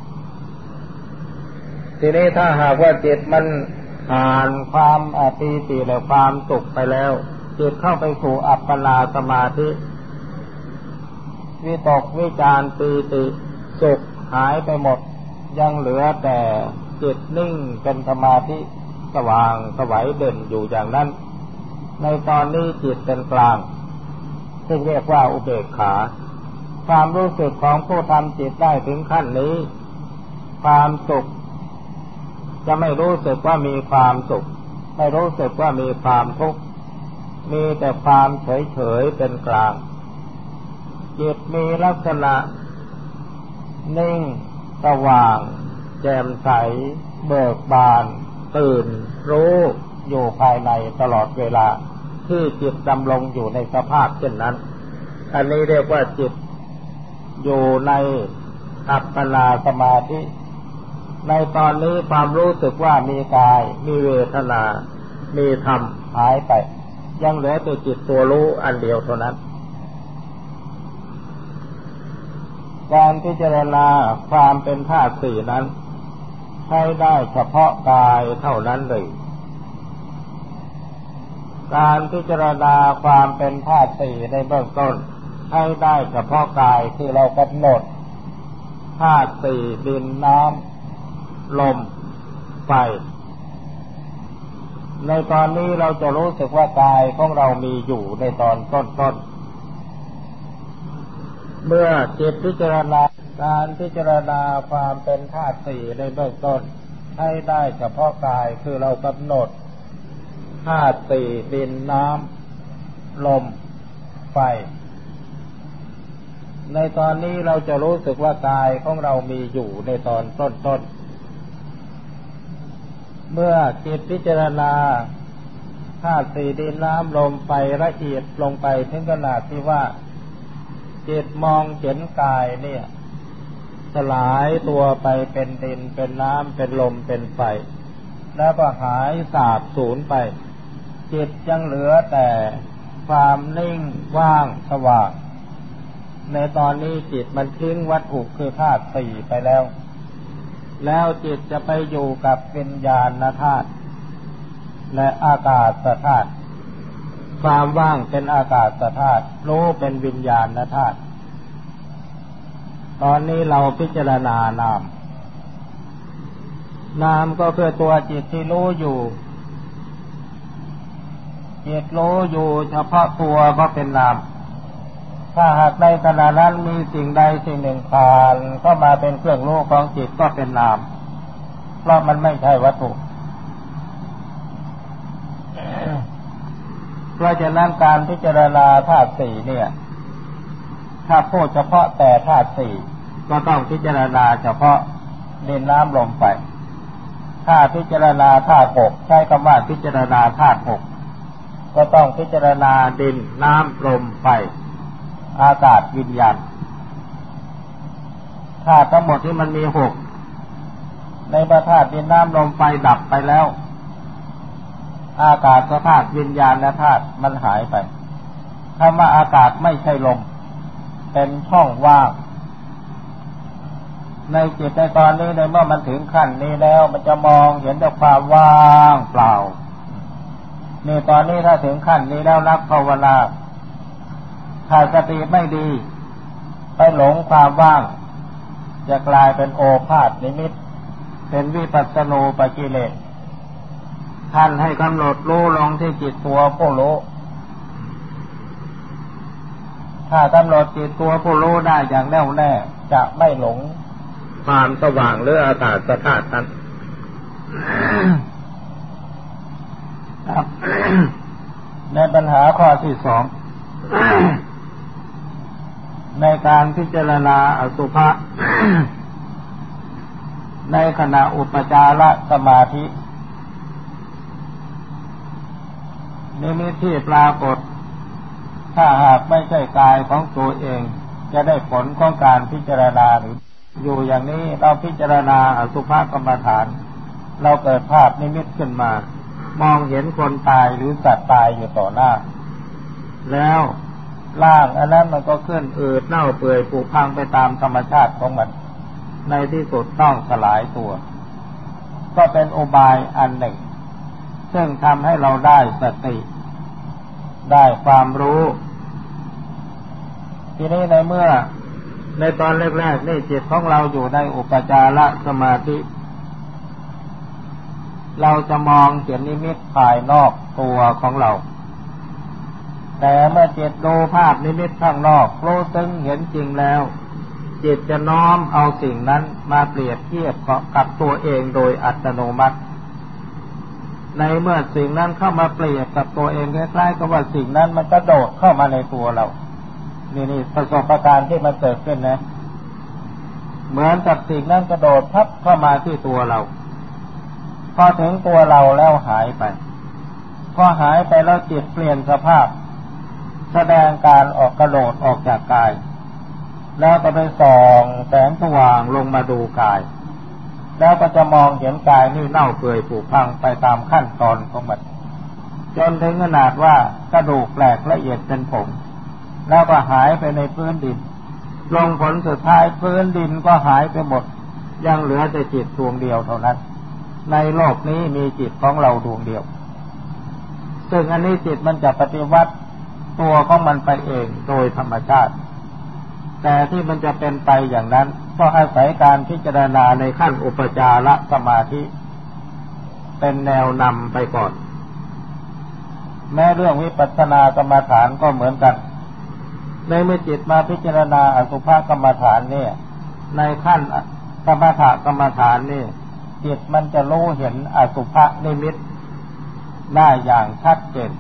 ทีนี้ถ้าหากว่าจิตมันผ่านความปีติและความสุขไปแล้วจิตเข้าไปสู่อัปปนาสมาธิวิตกวิจารปีติสุขหายไปหมดยังเหลือแต่จิตนิ่งเป็นสมาธิสว่างไสวเด่นอยู่อย่างนั้นในตอนนี้จิตเป็นกลางซึ่งเรียกว่าอุเบกขาความรู้สึกของผู้ทำจิตได้ถึงขั้นนี้ความสุขจะไม่รู้สึกว่ามีความสุขไม่รู้สึกว่ามีความทุกข์มีแต่ความเฉยๆเป็นกลางจิตมีลักษณะนิ่งสว่างแจ่มใสเบิกบานตื่นรู้อยู่ภายในตลอดเวลาที่จิตดำรงอยู่ในสภาพเช่นนั้นอันนี้เรียกว่าจิตอยู่ในอัปปนาสมาธิในตอนนี้ความรู้สึกว่ามีกายมีเวทนามีธรรมหายไปยังเหลือแต่จิตตัวรู้อันเดียวเท่านั้นการพิจารณาความเป็นธาตุสี่นั้นใช้ได้เฉพาะกายเท่านั้นเลยการพิจารณาความเป็นธาตุสี่ในเบื้องต้นใช้ได้เฉพาะกายคือเรากำหนดธาตุสี่ดินน้ำลมไฟในตอนนี้เราจะรู้สึกว่ากายของเรามีอยู่ในตอนต้นเมื่อจิตพิจารณาการพิจารณาความเป็นธาตุสี่ในเบื้องต้นให้ได้เฉพาะกายคือเรากำหนดธาตุสี่ดินน้ำลมไฟในตอนนี้เราจะรู้สึกว่ากายของเรามีอยู่ในตอนต้นเมื่อจิตพิจารณาธาตุสี่ดินน้ำลมไฟละเอียดลงไปถึงขนาดที่ว่าจิตมองเห็นกายเนี่ยสลายตัวไปเป็นดินเป็นน้ำเป็นลมเป็นไฟแล้วก็หายสาบสูญไปจิตยังเหลือแต่ความนิ่งว่างสว่างในตอนนี้จิตมันทิ้งวัตถุคือธาตุสี่ไปแล้วจิตจะไปอยู่กับวิญญาณธาตุและอากาศธาตุความว่างเป็นอากาศธาตุรู้เป็นวิญญาณธาตุตอนนี้เราพิจารณานามก็คือตัวจิตที่รู้อยู่จิตรู้อยู่เฉพาะตัวก็เป็นนามถ้าหากในขณะนั้นมีสิ่งใดสิ่งหนึ่งผ่านเข้ามาเป็นเครื่องรู้ของจิตก็เป็นนามเพราะมันไม่ใช่วัตถุเพราะฉะนั้นการพิจารณาธาตุสี่เนี่ยถ้าพูดเฉพาะแต่ธาตุสี่ก็ต้องพิจารณาเฉพาะดินน้ำลมไฟถ้าพิจารณาธาตุหกใช้คำว่าพิจารณาธาตุหกก็ต้องพิจารณาดินน้ำลมไฟอากาศวิญญาณธาตุทั้งหมดที่มันมีหกในประธาตุดินน้ำลมไฟดับไปแล้วอากาศธาตุวิญญาณธาตุมันหายไปคำว่าอากาศไม่ใช่ลมเป็นช่องว่างในจิตในตอนนี้ในเมื่อมันถึงขั้นนี้แล้วมันจะมองเห็นแต่ความว่างเปล่านี่ตอนนี้ถ้าถึงขั้นนี้แล้วนักภาวนาถ้าสติไม่ดีไปหลงความว่างจะกลายเป็นโอภาสนิมิตเป็นวิปัสสนูปกิเลสท่านให้กำหนดรู้ลงที่จิตตัวผู้รู้ถ้ากำหนดจิตตัวผู้รู้ได้อย่างแน่วแน่จะไม่หลงความสว่างหรืออากาศธาตุนั้นในปัญหาข้อที่สองในการพิจารณาอสุภะในขณะอุปจารสมาธินิมิตที่ปรากฏถ้าหากไม่ใช่กายของตัวเองจะได้ผลของการพิจารณาหรืออยู่อย่างนี้เราพิจารณาอสุภกรรมฐานเราเกิดภาพนิมิตขึ้นมามองเห็นคนตายหรือสัตว์ตายอยู่ต่อหน้าแล้วร่างอันนั้นมันก็ขึ้นอืดเน่าเปื่อยผุพังไปตามธรรมชาติของมันในที่สุดต้องสลายตัวก็เป็นอุบายอันหนึ่งซึ่งทำให้เราได้สติได้ความรู้ทีนี้ในเมื่อในตอนแรกๆนี่จิตของเราอยู่ในอุปจารสมาธิเราจะมองเห็นนิมิตภายนอกตัวของเราแต่เมื่อจิตดูภาพนิมิตข้างนอกรู้ซึ้งเห็นจริงแล้วจิตจะน้อมเอาสิ่งนั้นมาเปรียบเทียบกับตัวเองโดยอัตโนมัติในเมื่อสิ่งนั้นเข้ามาเปรียบกับตัวเองคล้ายๆกับว่าสิ่งนั้นมันกระโดดเข้ามาในตัวเรานี่ประสบการณ์ที่มันเกิดขึ้นนะเหมือนกับสิ่งนั้นกระโดดพับเข้ามาที่ตัวเราพอถึงตัวเราแล้วหายไปพอหายไปแล้วจิตเปลี่ยนสภาพแสดงการออกกระโดดออกจากกายแล้วก็ไปส่องแสงสว่างลงมาดูกายแล้วก็จะมองเห็นกายนี่เน่าเปื่อยผุพังไปตามขั้นตอนของมันจนถึงขนาดว่ากระดูกแหลกละเอียดเป็นผงแล้วก็หายไปในพื้นดินลงผลสุดท้ายพื้นดินก็หายไปหมดยังเหลือแต่จิตดวงเดียวเท่านั้นในโลกนี้มีจิตของเราดวงเดียวซึ่งอันนี้จิตมันจะปฏิวัติตัวของมันไปเองโดยธรรมชาติแต่ที่มันจะเป็นไปอย่างนั้นก็อาศัยการพิจารณาในขั้นอุปจารสมาธิเป็นแนวนำไปก่อนแม้เรื่องวิปัสสนากรรมฐานก็เหมือนกันในเมื่อจิตมาพิจารณาอสุภกรรมฐานเนี่ยในขั้นสมถกรรมฐานนี่จิตมันจะรู้เห็นอสุภนิมิตได้อย่างชัดเจน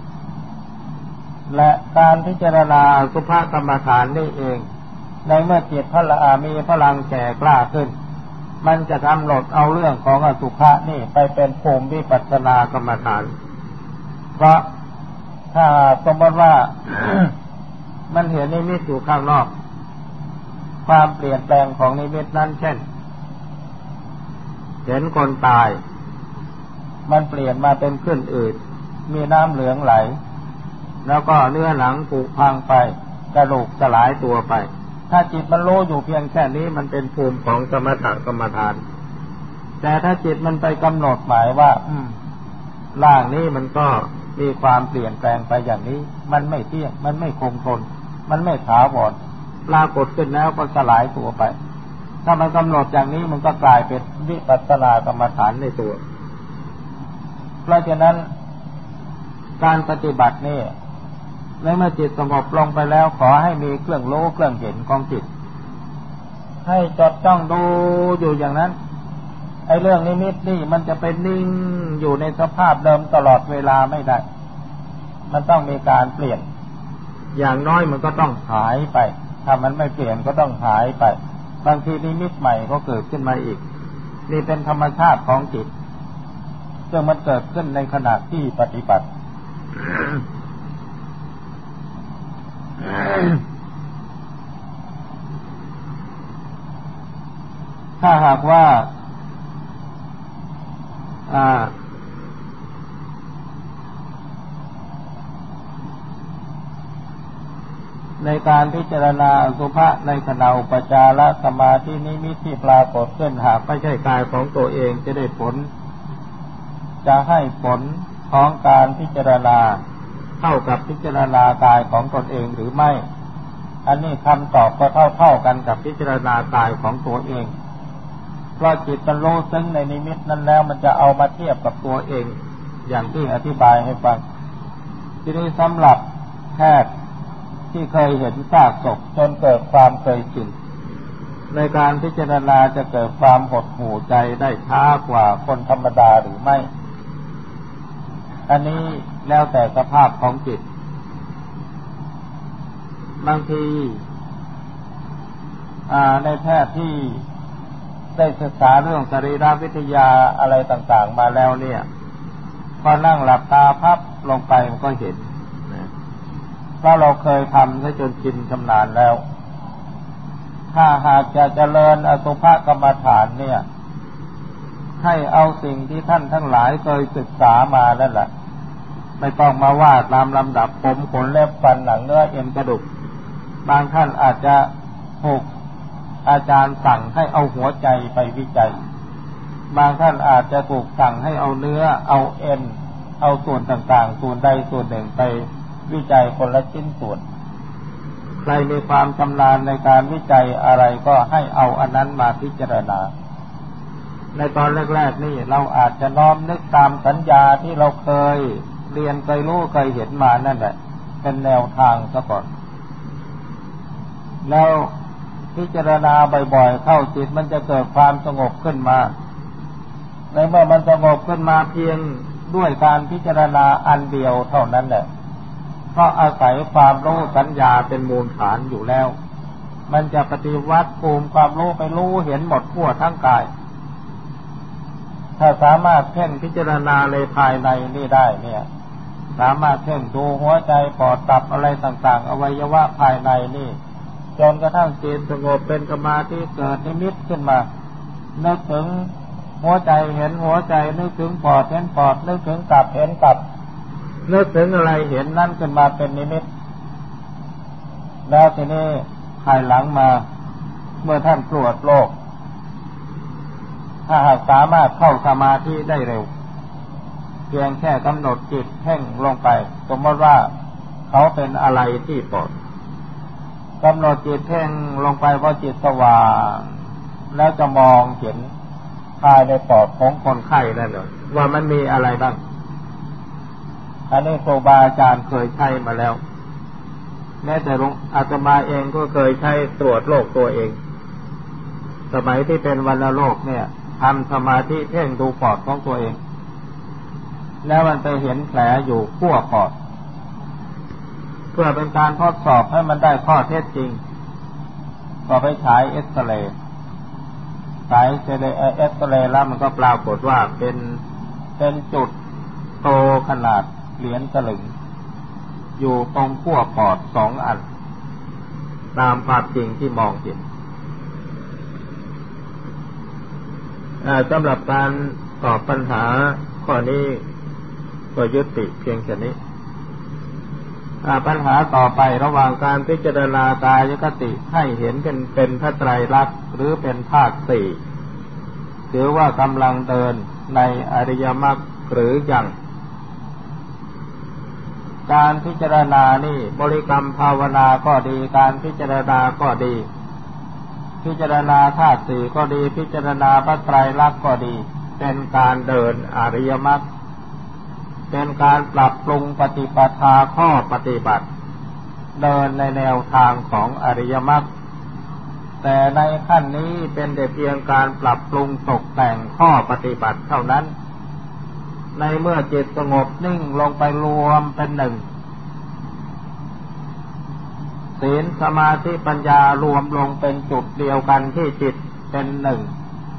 และการพิจารณาอสุภกรรมฐานนี่เองในเมื่อจิตมีพลังแก่กล้าขึ้นมันจะกำหนดเอาเรื่องของอสุภะนี่ไปเป็นภูมิวิปัสสนากรรมฐานเพราะถ้าสมมติว่า มันเห็นนิมิตอยู่ข้างนอกความเปลี่ยนแปลงของนิมิตนั้นเช่นเห็นคนตายมันเปลี่ยนมาเป็นขึ้นอืดมีน้ำเหลืองไหลแล้วก็เนื้อหนังผุพังไปกระดูกสลายตัวไปถ้าจิตมันรู้อยู่เพียงแค่นี้มันเป็นภูมิของสมถกรรมฐานแต่ถ้าจิตมันไปกำหนดหมายว่าร่างนี้มันก็มีความเปลี่ยนแปลงไปอย่างนี้มันไม่เที่ยงมันไม่คงทนมันไม่ถาวรปรากฏขึ้นแล้วก็สลายตัวไปถ้ามันกำหนดอย่างนี้มันก็กลายเป็นวิปัสสนากรรมฐานในตัวเพราะฉะนั้นการปฏิบัตินี่ในเมื่อจิตสงบลงไปแล้วขอให้มีเครื่องรู้เครื่องเห็นของจิตให้จดจ้องดูอยู่อย่างนั้นไอ้เรื่องนิมิตนี่มันจะเป็นนิ่งอยู่ในสภาพเดิมตลอดเวลาไม่ได้มันต้องมีการเปลี่ยนอย่างน้อยมันก็ต้องหายไปถ้ามันไม่เปลี่ยนก็ต้องหายไปบางทีนิมิตใหม่ก็เกิดขึ้นมาอีกนี่เป็นธรรมชาติของจิตซึ่งมันเกิดขึ้นในขณะที่ปฏิบัติ ถ้าหากว่าในการพิจารณาอสุภะในขณะอุปจารสมาธินิมิตที่ปรากฏขึ้นหากไม่ใช่กายของตัวเองจะได้ผลจะให้ผลของการพิจารณาเท่ากับพิจารณากายของตนเองหรือไม่อันนี้คำตอบก็เท่ากันกับพิจารณากายของตัวเองเพราะจิตมันรู้ซึ้งในนิมิตนั้นแล้วมันจะเอามาเทียบกับตัวเองอย่างที่อธิบายให้ฟังทีนี้สำหรับแพทย์ที่เคยเห็นซากศพจนเกิดความเคยชินในการพิจารณาจะเกิดความหดหู่ใจได้ช้ากว่าคนธรรมดาหรือไม่อันนี้แล้วแต่สภาพของจิตบางทีในแพทย์ที่ได้ศึกษาเรื่องสรีรวิทยาอะไรต่างๆมาแล้วเนี่ยพอนั่งหลับตาพับลงไปมันก็เห็นเพราะเราเคยทำให้จนชินชำนาญแล้วถ้าหากจะเจริญอสุภกรรมฐานเนี่ยให้เอาสิ่งที่ท่านทั้งหลายเคยศึกษามานั่นแหละไม่ต้องมาว่าตามลำดับผมขนเล็บฟันหนังเนื้อเอ็นกระดูกบางท่านอาจจะถูกอาจารย์สั่งให้เอาหัวใจไปวิจัยบางท่านอาจจะถูกสั่งให้เอาเนื้อเอาเอ็นเอาส่วนต่างๆส่วนใดส่วนหนึ่งไปวิจัยคนละชิ้นส่วนใครมีความชำนาญในการวิจัยอะไรก็ให้เอาอันนั้นมาพิจารณาในตอนแรกๆนี่เราอาจจะน้อมนึกตามสัญญาที่เราเคยเรียนเคยรู้เคยเห็นมานั่นแหละเป็นแนวทางซะก่อนแล้วพิจารณาบ่อยๆเข้าจิตมันจะเกิดความสงบขึ้นมาในเมื่อมันสงบขึ้นมาเพียงด้วยการพิจารณาอันเดียวเท่านั้นแหละเพราะอาศัยความรู้สัญญาเป็นมูลฐานอยู่แล้วมันจะปฏิวัติภูมิความรู้ไปรู้เห็นหมดทั่วทั้งกายถ้าสามารถเพ่งพิจารณาในภายในนี่ได้เนี่ยสามารถเพ่งดูหัวใจปอดตับอะไรต่างๆอวัยวะภายในนี่จนกระทั่งจิตสงบเป็นสมาธิเกิดนิมิตขึ้นมานึกถึงหัวใจเห็นหัวใจนึกถึงปอดเห็นปอดนึกถึงตับเห็นตับนึกถึงอะไรเห็นนั่นขึ้นมาเป็นนิมิตแล้วทีนี้ภายหลังมาเมื่อท่านตรวจโรคถ้าหากสามารถเข้าสมาธิได้เร็วเพียงแค่กำหนดจิตเพ่งลงไปสมมติว่าเขาเป็นอะไรที่ปอดกำหนดจิตเพ่งลงไปพอจิตสว่างแล้วจะมองเห็นภายในปอดของคนไข้นั่นเลยว่ามันมีอะไรบ้างอันนี้ครูบาอาจารย์เคยใช้มาแล้วแม้แต่หลวงอาตมาเองก็เคยใช้ตรวจโรคตัวเองสมัยที่เป็นวัณโรคเนี่ยทำสมาธิเพ่งดูปอดของตัวเองแล้วมันไปเห็นแผลอยู่ขั้วปอดเพื่อเป็นการทดสอบให้มันได้ข้อเท็จจริงก็ไปฉายเอ็กซเรย์เอ็กซเรย์แล้วมันก็ปรากฏว่าเป็นจุดโตขนาดเหรียญสลึงอยู่ตรงขั้วปอด2 อันตามความจริงที่มองเห็นสำหรับการตอบปัญหาข้อนี้ก็ยุติเพียงแค่นี้ปัญหาต่อไประหว่างการพิจารณากายคติให้เห็นเป็นพระไตรลักษณ์หรือเป็นธาตุสี่ถือว่ากำลังเดินในอริยมรรคหรือยังการพิจารณานี่บริกรรมภาวนาก็ดีการพิจารณาก็ดีพิจารณาธาตุสี่ก็ดีพิจารณาพระไตรลักษณ์ก็ดีเป็นการเดินอริยมรรคเป็นการปรับปรุงปฏิปทาข้อปฏิบัติเดินในแนวทางของอริยมรรคแต่ในขั้นนี้เป็นแต่เพียงการปรับปรุงตกแต่งข้อปฏิบัติเท่านั้นในเมื่อจิตสงบนิ่งลงไปรวมเป็นหนึ่งศีลสมาธิปัญญารวมลงเป็นจุดเดียวกันที่จิตเป็นหนึ่ง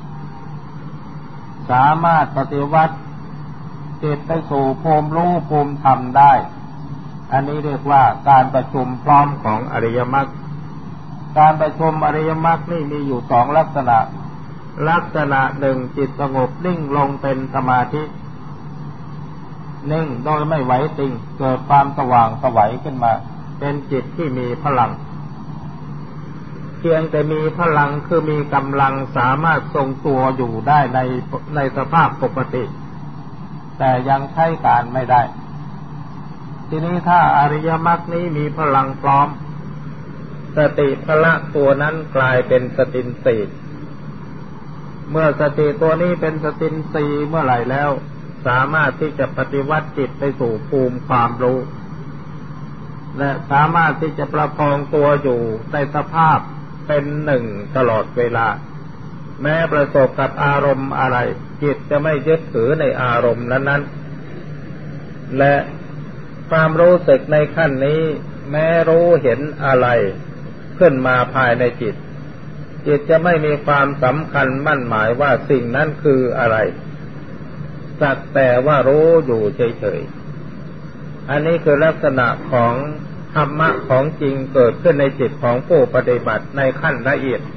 สามารถปฏิวัติจิตไปสู่ภูมิรู้ภูมิธรรมได้อันนี้เรียกว่าการประชุมพร้อมของอริยมรรคการประชุมอริยมรรคนี่มีอยู่2 ลักษณะหนึ่งจิตสงบนิ่งลงเป็นสมาธินิ่งโดยไม่ไหวติงเกิดความสว่างไสวขึ้นมาเป็นจิตที่มีพลังเพียงแต่มีพลังคือมีกำลังสามารถทรงตัวอยู่ได้ในสภาพปกติแต่ยังใช้การไม่ได้ทีนี้ถ้าอริยมรรคนี้มีพลังพร้อมสติพละตัวนั้นกลายเป็นสตินทรีย์เมื่อสติตัวนี้เป็นสตินทรีย์เมื่อไหร่แล้วสามารถที่จะปฏิวัติจิตไปสู่ภูมิความรู้และสามารถที่จะประคองตัวอยู่ในสภาพเป็นหนึ่งตลอดเวลาแม้ประสบกับอารมณ์อะไรจิตจะไม่ยึดถือในอารมณ์นั้นๆและความรู้สึกในขั้นนี้แม้รู้เห็นอะไรขึ้นมาภายในจิตจะไม่มีความสำคัญมั่นหมายว่าสิ่งนั้นคืออะไรสักแต่ว่ารู้อยู่เฉยๆอันนี้คือลักษณะของธรรมะของจริงเกิดขึ้นในจิตของผู้ปฏิบัติในขั้นละเอียด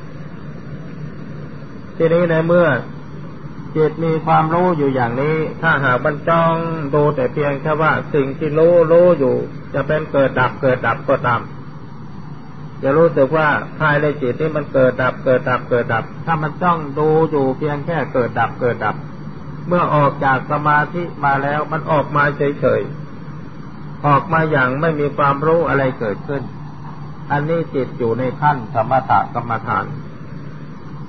ทีนี้ในเมื่อจิตมีความรู้อยู่อย่างนี้ถ้าหากมันจ้องดูแต่เพียงแค่ว่าสิ่งที่รู้อยู่จะเป็นเกิดดับก็ตามจะรู้สึกว่าภายในจิตที่มันเกิดดับถ้ามันจ้องดูอยู่เพียงแค่เกิดดับเมื่อออกจากสมาธิมาแล้วมันออกมาเฉยๆออกมาอย่างไม่มีความรู้อะไรเกิดขึ้นอันนี้จิตอยู่ในขั้นสมถกรรมฐาน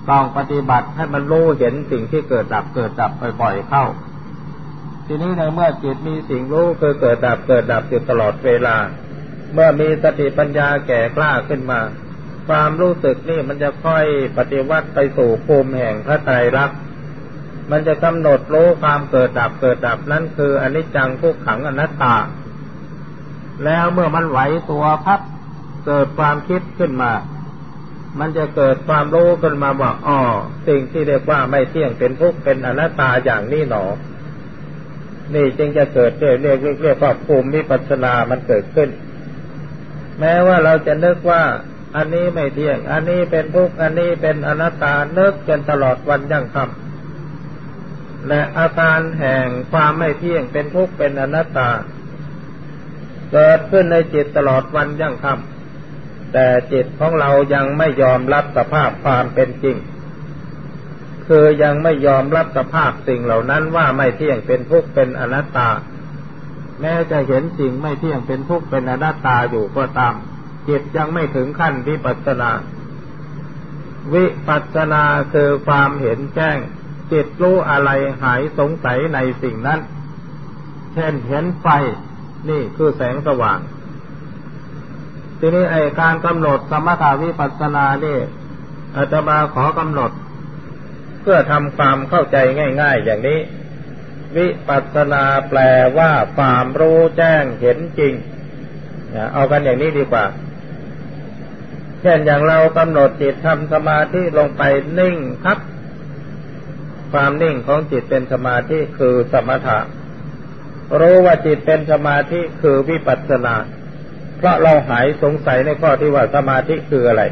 ต้องปฏิบัติให้มันรู้เห็นสิ่งที่เกิดดับบ่อยๆเข้าทีนี้ในเมื่อจิตมีสิ่งรู้คือเกิดดับอยู่ตลอดเวลาเมื่อมีสติปัญญาแก่กล้าขึ้นมาความรู้สึกนี่มันจะค่อยปฏิวัติไปสู่ภูมิแห่งพระไตรลักษณ์มันจะกำหนดรู้ความเกิดดับนั่นคืออนิจจังทุกขังอนัตตาแล้วเมื่อมันไหวตัวพับเกิดความคิดขึ้นมามันจะเกิดความรู้ขึ้นมาว่าอ๋อสิ่งที่เรียกว่าไม่เที่ยงเป็นทุกข์เป็นอนัตตาอย่างนี้หนอนี่จึงจะเกิดเรียกว่าภูมิวิปัสสนามันเกิดขึ้นแม้ว่าเราจะนึกว่าอันนี้ไม่เที่ยงอันนี้เป็นทุกข์อันนี้เป็นอนัตตานึกจนตลอดวันยั่งค่ำและอาการแห่งความไม่เที่ยงเป็นทุกข์เป็นอนัตตาเกิดขึ้นในจิตตลอดวันยั่งค่ำแต่จิตของเรายังไม่ยอมรับสภาพความเป็นจริงคือยังไม่ยอมรับสภาพสิ่งเหล่านั้นว่าไม่เที่ยงเป็นทุกข์เป็นอนัตตาแม้จะเห็นสิ่งไม่เที่ยงเป็นทุกข์เป็นอนัตตาอยู่ก็ตามจิตยังไม่ถึงขั้นวิปัสสนาวิปัสสนาคือความเห็นแจ้งจิตรู้อะไรหายสงสัยในสิ่งนั้นเช่นเห็นไฟนี่คือแสงสว่างทีนี้การกำหนดสมถะวิปัสสนานี่อาตมาขอกำหนดเพื่อทำความเข้าใจง่ายๆอย่างนี้วิปัสสนาแปลว่าความรู้แจ้งเห็นจริงเอากันอย่างนี้ดีกว่าเช่นอย่างเรากำหนดจิตทำสมาธิลงไปนิ่งครับความนิ่งของจิตเป็นสมาธิคือสมถะรู้ว่าจิตเป็นสมาธิคือวิปัสสนาเพราะเราหายสงสัยในข้อที่ว่าสมาธิคืออะไร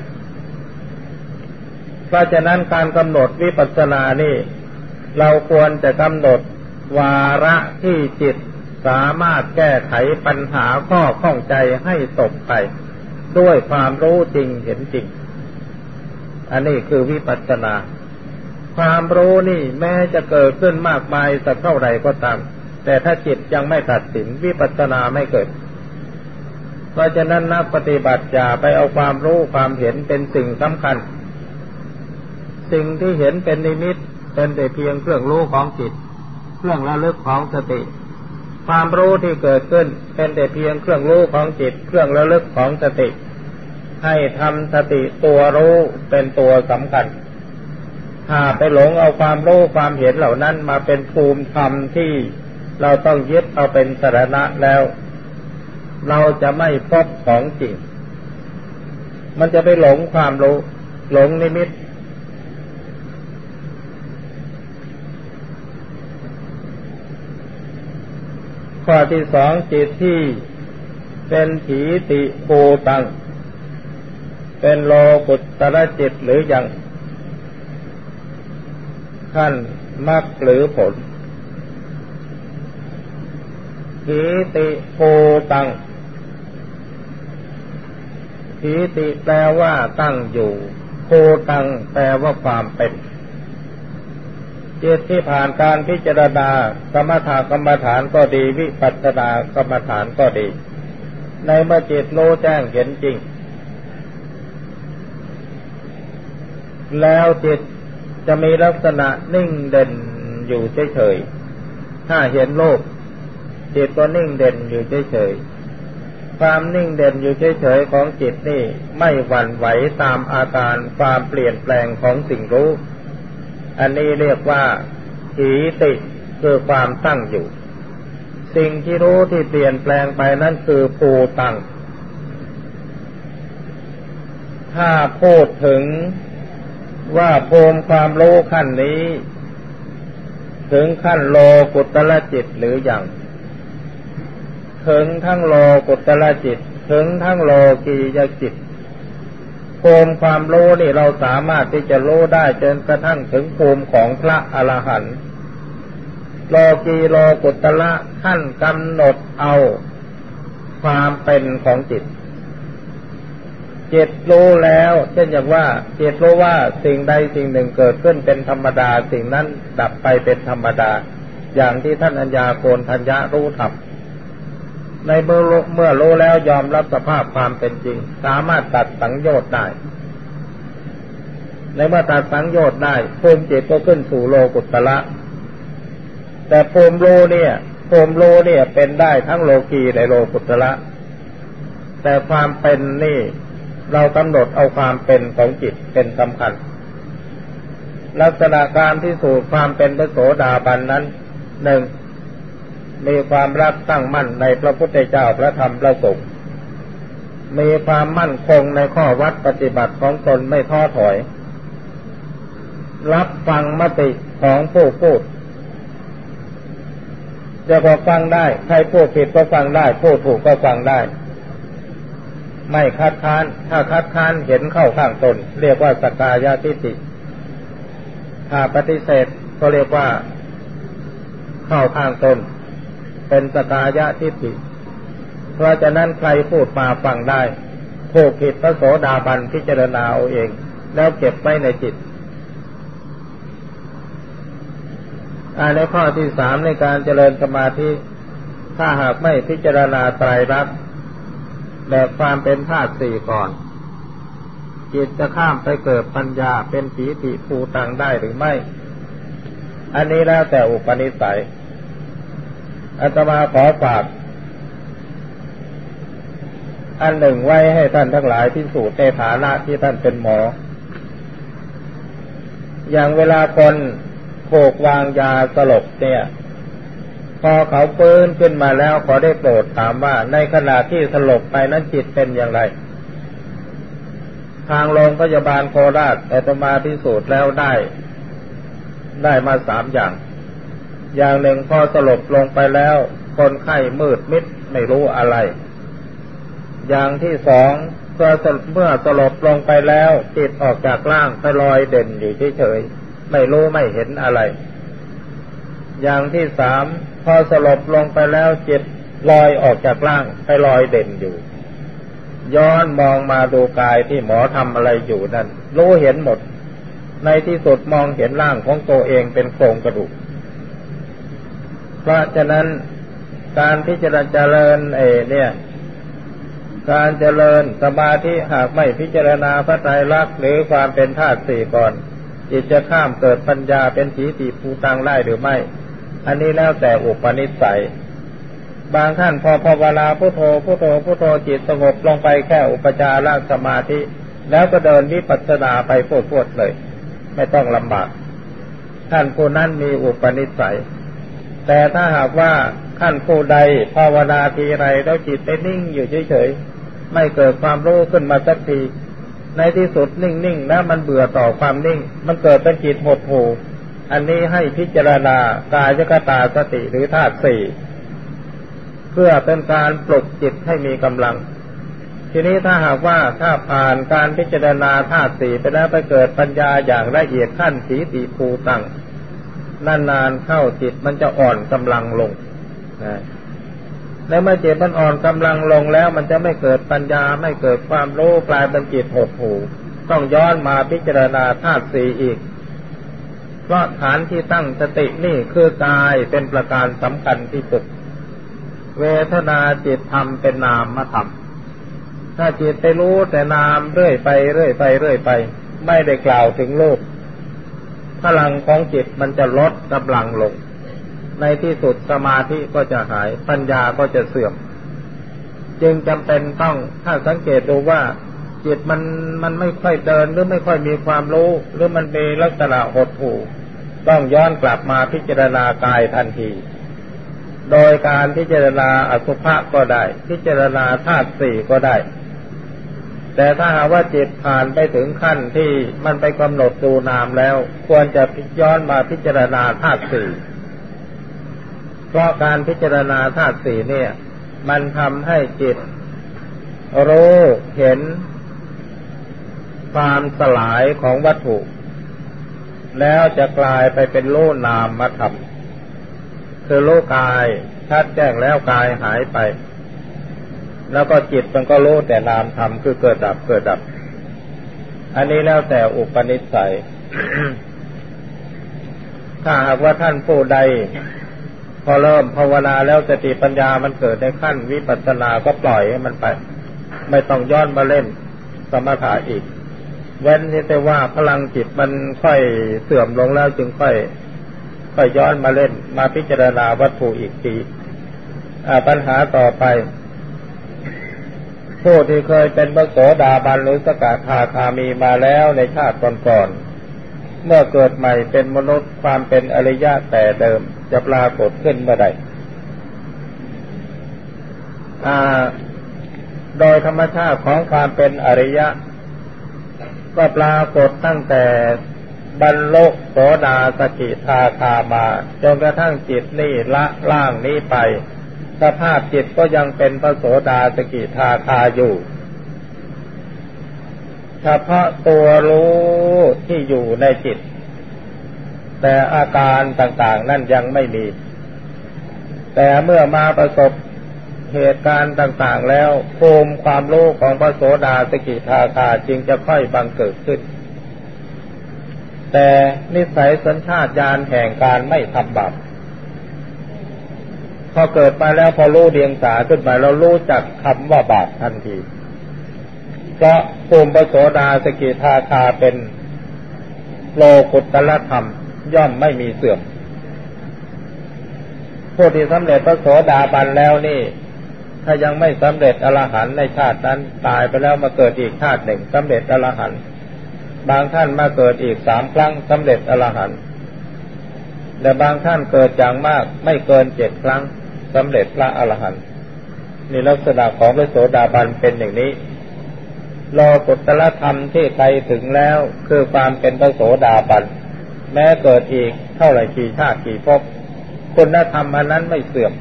เพราะฉะนั้นการกำหนดวิปัสสนานี่เราควรจะกำหนดวาระที่จิตสามารถแก้ไขปัญหาข้อข้องใจให้ตกไปด้วยความรู้จริงเห็นจริงอันนี้คือวิปัสสนาความรู้นี่แม้จะเกิดขึ้นมากมายสักเท่าใดก็ตามแต่ถ้าจิตยังไม่ตัดสินวิปัสสนาไม่เกิดเพราะฉะนั้นนักปฏิบัติอย่าไปเอาความรู้ความเห็นเป็นสิ่งสำคัญสิ่งที่เห็นเป็นนิมิตเป็นแต่เพียงเครื่องรู้ของจิตเครื่องระลึกของสติความรู้ที่เกิดขึ้นเป็นแต่เพียงเครื่องรู้ของจิตเครื่องระลึกของสติให้ทำสติตัวรู้เป็นตัวสำคัญถ้าไปหลงเอาความรู้ความเห็นเหล่านั้นมาเป็นภูมิธรรมที่เราต้องยึดเอาเป็นสรณะแล้วเราจะไม่พบของจริงมันจะไปหลงความรู้หลงนิมิตข้อที่สองจิตที่เป็นถีติภูตังเป็นโลกุตตรจิตหรือยังขั้นมรรคหรือผลถีติภูตังถีติแปลว่าตั้งอยู่ภูตังแปลว่าความเป็นจิตที่ผ่านการพิจารณากรรมฐานกรรมฐานก็ดีวิปัสสนากรรมฐานก็ดีในเมื่อจิตรู้แจ้งเห็นจริงแล้วจิตจะมีลักษณะนิ่งเด่นอยู่เฉยๆถ้าเห็นโลกจิตก็นิ่งเด่นอยู่เฉยๆความนิ่งเด่นอยู่เฉยๆของจิตนี่ไม่หวั่นไหวตามอาการความเปลี่ยนแปลงของสิ่งรู้อันนี้เรียกว่าถีติคือความตั้งอยู่สิ่งที่รู้ที่เปลี่ยนแปลงไปนั่นคือภูตังถ้าพูดถึงว่าภูมิความรู้ขั้นนี้ถึงขั้นโลกุตตรจิตหรือยังถึงทั้งโลกุตตรจิตถึงทั้งโลกียจิตภูมิความรู้นี่เราสามารถที่จะรู้ได้จนกระทั่งถึงภูมิของพระอรหันต์โลกีโลกุตตระขั้นกำหนดเอาความเป็นของจิตจิตรู้แล้วเช่นอย่างว่าจิตรู้ว่าสิ่งใดสิ่งหนึ่งเกิดขึ้นเป็นธรรมดาสิ่งนั้นดับไปเป็นธรรมดาอย่างที่ท่านอัญญาโกณฑัญญะรู้ธรรมในเมื่อรู้แล้วยอมรับสภาพความเป็นจริงสามารถตัดสังโยชน์ได้ในเมื่อตัดสังโยชน์ได้ภูมิจิตก็ขึ้นสู่โลกุตระแต่ภูมิรู้เนี่ยเป็นได้ทั้งโลกีและโลกุตระแต่ความเป็นนี่เรากำหนดเอาความเป็นของจิตเป็นสำคัญลักษณะการพิสูจน์ความเป็นพระโสดาบันนั้นหนึ่งมีความรักตั้งมั่นในพระพุทธเจ้าพระธรรมพระสงฆ์มีความมั่นคงในข้อวัดปฏิบัติของตนไม่ท้อถอยรับฟังมติของผู้พูดจะพอฟังได้ใครพูดผิดก็ฟังได้พูดถูกก็ฟังได้ไม่คัดค้านถ้าคัดค้านเห็นเข้าข้างตนเรียกว่าสักกายทิฏฐิถ้าปฏิเสธก็เรียกว่าเข้าข้างตนเป็นสักกายทิฏฐิเพราะฉะนั้นใครพูดมาฟังได้ถูกผิดพระโสดาบันพิจารณาเอาเองแล้วเก็บไว้ในจิตในข้อที่สามในการเจริญสมาธิถ้าหากไม่พิจารณาไตรลักษณ์แบบความเป็นธาตุสี่ก่อนจิตจะข้ามไปเกิดปัญญาเป็นปีติภูตังได้หรือไม่อันนี้แล้วแต่อุปนิสัยอาตมาขอฝากอันหนึ่งไว้ให้ท่านทั้งหลายพิสูจน์ในฐานะที่ท่านเป็นหมออย่างเวลาคนถูกวางยาสลบเนี่ยพอเขาฟื้นขึ้นมาแล้วขอได้โปรดถามว่าในขณะที่สลบไปนั้นจิตเป็นอย่างไรทางโรงพยาบาลโคราชอาตมาพิสูจน์แล้วได้มา3อย่างหนึ่งพอสลบลงไปแล้วคนไข้มืดมิดไม่รู้อะไรอย่างที่สองเมื่อสลบลงไปแล้วจิตออกจากร่างไปลอยเด่นอยู่เฉยๆไม่รู้ไม่เห็นอะไรอย่างที่สามพอสลบลงไปแล้วจิตลอยออกจากร่างไปลอยเด่นอยู่ย้อนมองมาดูกายที่หมอทำอะไรอยู่นั่นรู้เห็นหมดในที่สุดมองเห็นร่างของตัวเองเป็นโครงกระดูกเพราะฉะนั้นการที่จะเจริญการเจริญสมาธิหากไม่พิจารณาพระไตรลักษณ์หรือความเป็นธาตุสี่ก่อนจิตจะข้ามเกิดปัญญาเป็นปีติภูตังได้หรือไม่อันนี้แล้วแต่อุปนิสัยบางท่านพอภาวนาพุทโธพุทโธพุทโธจิตสงบลงไปแค่อุปจารสมาธิแล้วก็เดินวิปัสสนาไปพวดๆเลยไม่ต้องลำบากท่านผู้นั้นมีอุปนิสัยแต่ถ้าหากว่าท่านผู้ใดภาวนาทีไรแล้วจิตไปนิ่งอยู่เฉยๆไม่เกิดความรู้ขึ้นมาสักทีในที่สุดนิ่งๆแล้วมันเบื่อต่อความนิ่งมันเกิดเป็นจิตหดหู่อันนี้ให้พิจารณากายคตาสติหรือธาตุสี่เพื่อเป็นการปลุกจิตให้มีกำลังทีนี้ถ้าหากว่าถ้าผ่านการพิจารณาธาตุสี่ไปแล้วไปเกิดปัญญาอย่างละเอียดขั้นปีติภูตังนานๆเข้าจิตมันจะอ่อนกำลังลงแล้วเมื่อจิตมันอ่อนกำลังลงแล้วมันจะไม่เกิดปัญญาไม่เกิดความรู้กลายเป็นจิตหดหู่ต้องย้อนมาพิจารณาธาตุสี่อีกเพราะฐานที่ตั้งสตินี่คือกายเป็นประการสำคัญที่สุดเวทนาจิตธรรมเป็นนามธรรมถ้าจิตไปรู้แต่นามเรื่อยไปไม่ได้กล่าวถึงรูปพลังของจิตมันจะลดกำลังลงในที่สุดสมาธิก็จะหายปัญญาก็จะเสื่อมจึงจำเป็นต้องถ้าสังเกตดูว่าจิตมันไม่ค่อยเดินหรือไม่ค่อยมีความรู้หรือมันมีลักษณะหดหู่ต้องย้อนกลับมาพิจารณากายทันทีโดยการพิจารณาอสุภะก็ได้พิจารณาธาตุสี่ก็ได้แต่ถ้าหากว่าจิตผ่านไปถึงขั้นที่มันไปกำหนดดูนามแล้วควรจะย้อนมาพิจารณาธาตุสี่เพราะการพิจารณาธาตุสี่เนี่ยมันทำให้จิตรู้เห็นความสลายของวัตถุแล้วจะกลายไปเป็นรู้นามธรรมคือรู้กายชัดแจ้งแล้วกายหายไปแล้วก็จิตมันก็รู้แต่นามธรรมคือเกิดดับอันนี้แล้วแต่อุปนิสัย ถ้าหากว่าท่านผู้ใดพอเริ่มภาวนาแล้วสติปัญญามันเกิดในขั้นวิปัสสนาก็ปล่อยให้มันไปไม่ต้องย้อนมาเล่นสมถะอีกเว้นแต่ว่าพลังจิตมันค่อยเสื่อมลงแล้วจึงค่อยย้อนมาเล่นมาพิจารณาวัตถุอีกทีปัญหาต่อไปผู้ที่เคยเป็นพระโสดาบันหรือสกทาคามีมาแล้วในชาติก่อนๆเมื่อเกิดใหม่เป็นมนุษย์ความเป็นอริยะแต่เดิมจะปรากฏขึ้นเมื่อใดโดยธรรมชาติของความเป็นอริยะก็ปรากฏตั้งแต่บรรลุโสดาสกิทาคามาจนกระทั่งจิตนี่ละล่างนี้ไปสภาพจิตก็ยังเป็นพระโสดาสกิทาคาอยู่เฉพาะตัวรู้ที่อยู่ในจิตแต่อาการต่างๆนั่นยังไม่มีแต่เมื่อมาประสบเหตุการณ์ต่างๆแล้วภูมิความรู้ของพระโสดาสกิทาคาจึงจะค่อยบังเกิดขึ้นแต่นิสัยสัญชาตญาณแห่งการไม่ทำบาปพอเกิดมาแล้วพอรู้เดียงสาขึ้นมาเรารู้จักคำว่าบาปทันทีเพราะภูมิพระโสดาสกิทาคาเป็นโลกุตตรธรรมย่อมไม่มีเสื่อมผู้ที่สำเร็จพระโสดาบันแล้วนี่ถ้ายังไม่สำเร็จอรหันต์ในชาตินั้นตายไปแล้วมาเกิดอีกชาติหนึ่งสำเร็จอรหันต์บางท่านมาเกิดอีก3 ครั้งสำเร็จอรหันต์และบางท่านเกิดอย่างมากไม่เกิน7 ครั้งสำเร็จพระอรหันต์นี่ลักษณะของพระโสดาบันเป็นอย่างนี้โลกุตตรธรรมที่ใครถึงแล้วคือความเป็นพระโสดาบันแม้เกิดอีกเท่าไหร่กี่ชาติกี่ภพคุณธรรมอันนั้นไม่เสื่อม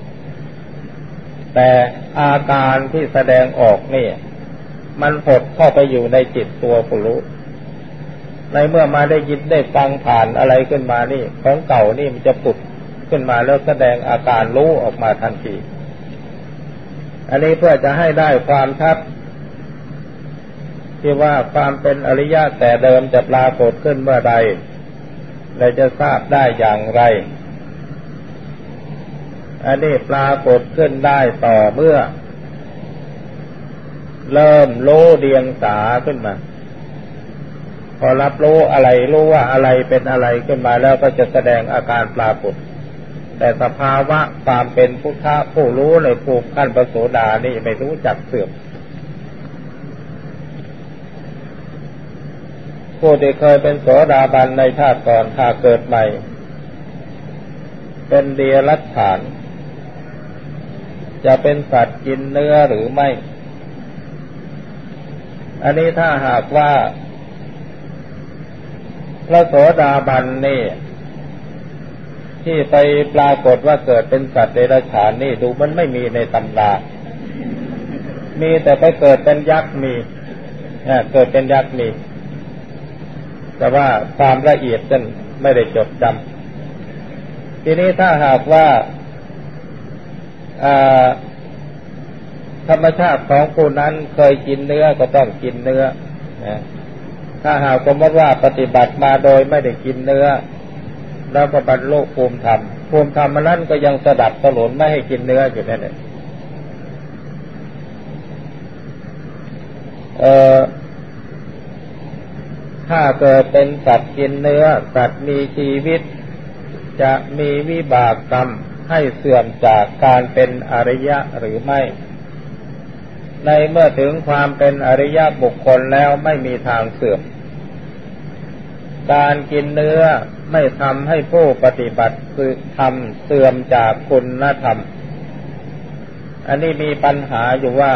แต่อาการที่แสดงออกนี่มันหดเข้าไปอยู่ในจิตตัวผู้รู้ในเมื่อมาได้ยินได้ฟังผ่านอะไรขึ้นมานี่ของเก่านี่มันจะปุดขึ้นมาแล้วแสดงอาการรู้ออกมาทันทีอันนี้เพื่อจะให้ได้ความชัดที่ว่าความเป็นอริยะแต่เดิมจะปรากฏขึ้นเมื่อใดและจะทราบได้อย่างไรอันนี้ปรากฏขึ้นได้ต่อเมื่อเริ่มรู้เดียงสาขึ้นมาพอรับรู้อะไรรู้ว่าอะไรเป็นอะไรขึ้นมาแล้วก็จะแสดงอาการปรากฏแต่สภาวะความเป็นพุทธะผู้รู้ในภูมิขั้นพระโสดานี่ไม่รู้จักเสื่อมผู้ที่เคยเป็นโสดาบันในชาติก่อนถ้าเกิดใหม่เป็นเดรัจฉานจะเป็นสัตว์กินเนื้อหรือไม่อันนี้ถ้าหากว่าพระโสดาบันนี่ที่ไปปรากฏว่าเกิดเป็นสัตว์เดรัจฉานนี่ดูมันไม่มีในตำรามีแต่ไปเกิดเป็นยักษ์มีเกิดเป็นยักษ์มีแต่ว่าความละเอียดนั้นไม่ได้จดจำทีนี้ถ้าหากว่าธรรมชาติของผู้นั้นเคยกินเนื้อก็ต้องกินเนื้อถ้าหากสมมติว่าปฏิบัติมาโดยไม่ได้กินเนื้อแล้วก็บรรลุภูมิธรรมนั้นก็ยังสดับสนุนไม่ให้กินเนื้ออยู่นั่นเองถ้าเกิดเป็นสัตว์กินเนื้อสัตว์มีชีวิตจะมีวิบากกรรมให้เสื่อมจากการเป็นอริยะหรือไม่ในเมื่อถึงความเป็นอริยบุคคลแล้วไม่มีทางเสื่อมการกินเนื้อไม่ทำให้ผู้ปฏิบัติธรรมเสื่อมจากคุณธรรมอันนี้มีปัญหาอยู่ว่า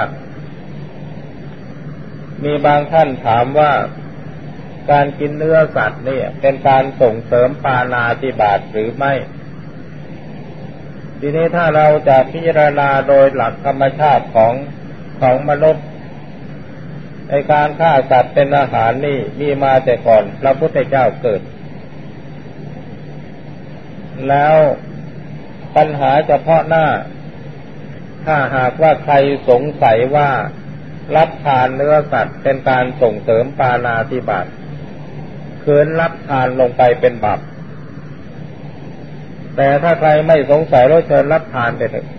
มีบางท่านถามว่าการกินเนื้อสัตว์นี่เป็นการส่งเสริมปาณาติบาตหรือไม่ทีนี้ถ้าเราจะพิจารณาโดยหลักธรรมชาติของมนุษย์ในการฆ่าสัตว์เป็นอาหารนี่มีมาแต่ก่อนพระพุทธเจ้าเกิดแล้วปัญหาเฉพาะหน้าถ้าหากว่าใครสงสัยว่ารับทานเนื้อสัตว์เป็นการส่งเสริมปาณาติบาตคืนรับทานลงไปเป็นบาปแต่ถ้าใครไม่สงสัยแล้วเชิญรับทานไปเถอะ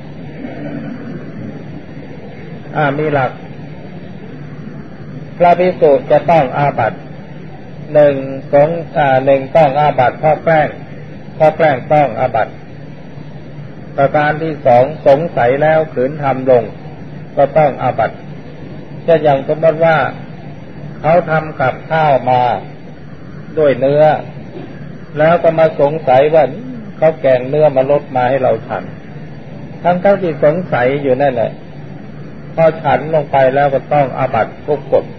พระภิกษุจะต้องอาบัติหนึ่งต้องอาบัติเพราะแกล้งต้องอาบัติประการที่สองสงสัยแล้วขืนทำลงก็ต้องอาบัติจะอย่างสมมติว่าเขาทำกับข้าวมาด้วยเนื้อแล้วก็มาสงสัยว่าเขาแกงเนื้อมาลดมาให้เราฉันทั้งที่สงสัยอยู่นั่นแหละพอฉันลงไปแล้วก็ต้องอาบัติทุกกฎ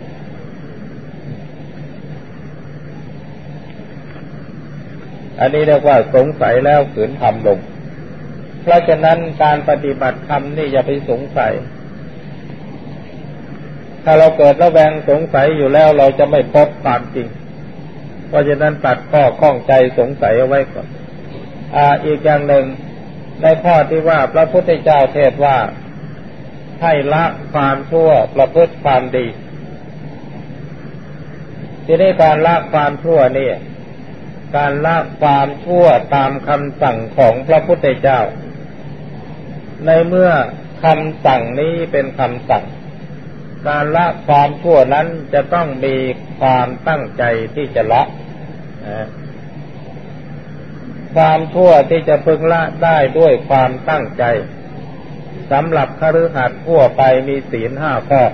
อันนี้เรียกว่าสงสัยแล้วขืนทำลงเพราะฉะนั้นการปฏิบัติธรรมนี่อย่าไปสงสัยถ้าเราเกิดระแวงสงสัยอยู่แล้วเราจะไม่พบความจริงเพราะฉะนั้นตัดข้อข้องใจสงสัยเอาไว้ก่อนอีกอย่างหนึ่งในข้อที่ว่าพระพุทธเจ้าเทศว่าให้ละความชั่วประพฤติความดีทีนี้การละความชั่วนี่การละความชั่วตามคำสั่งของพระพุทธเจ้าในเมื่อคำสั่งนี้เป็นคำสั่งการละความชั่วนั้นจะต้องมีความตั้งใจที่จะละความชั่วที่จะพึงละได้ด้วยความตั้งใจสำหรับคฤหัสถ์ทั่วไปมีศีล5 ข้อ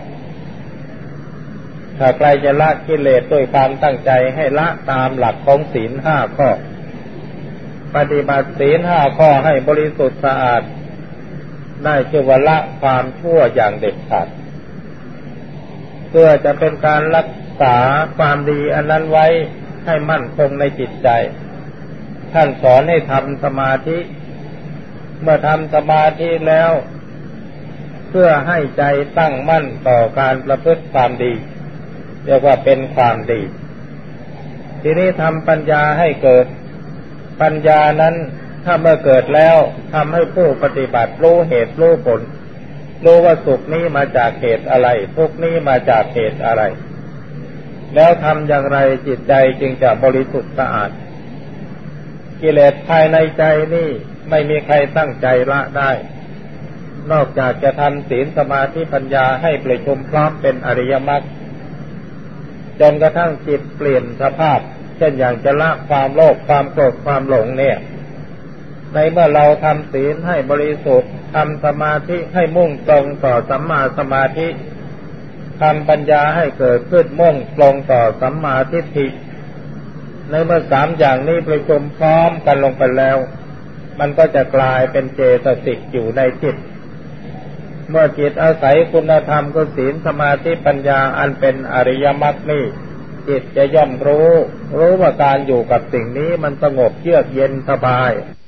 ถ้าใครจะละกิเลสด้วยความตั้งใจให้ละตามหลักของศีล5 ข้อปฏิบัติศีล5 ข้อให้บริสุทธิ์สะอาดได้ชื่อว่าละความชั่วอย่างเด็ดขาดเพื่อจะเป็นการรักษาความดีอันนั้นไว้ให้มั่นคงในจิตใจท่านสอนให้ทำสมาธิเมื่อทำสมาธิแล้วเพื่อให้ใจตั้งมั่นต่อการประพฤติความดีเรียกว่าเป็นความดีทีนี้ทำปัญญาให้เกิดปัญญานั้นถ้าเมื่อเกิดแล้วทำให้ผู้ปฏิบัติรู้เหตุรู้ผลรู้ว่าสุขนี้มาจากเหตุอะไรทุกข์นี้มาจากเหตุอะไรแล้วทำอย่างไรจิตใจจึงจะบริสุทธิ์สะอาดกิเลสภายในใจนี่ไม่มีใครตั้งใจละได้นอกจากจะทำศีลสมาธิปัญญาให้ประชุมพร้อมเป็นอริยมรรคจนกระทั่งจิตเปลี่ยนสภาพเช่นอย่างจะละความโลภความโกรธความหลงเนี่ยในเมื่อเราทำศีลให้บริสุทธิ์ทำสมาธิให้มุ่งตรงต่อสัมมาสมาธิทำปัญญาให้เกิดขึ้นมุ่งตรงต่อสัมมาทิฏฐิในเมื่อ3 อย่างนี้ประชุมพร้อมกันลงไปแล้วมันก็จะกลายเป็นเจตสิกอยู่ในจิตเมื่อจิตอาศัยคุณธรรมคือศีลสมาธิปัญญาอันเป็นอริยมรรคนี่จิตจะย่อมรู้ว่าการอยู่กับสิ่งนี้มันสงบเยือกเย็นสบาย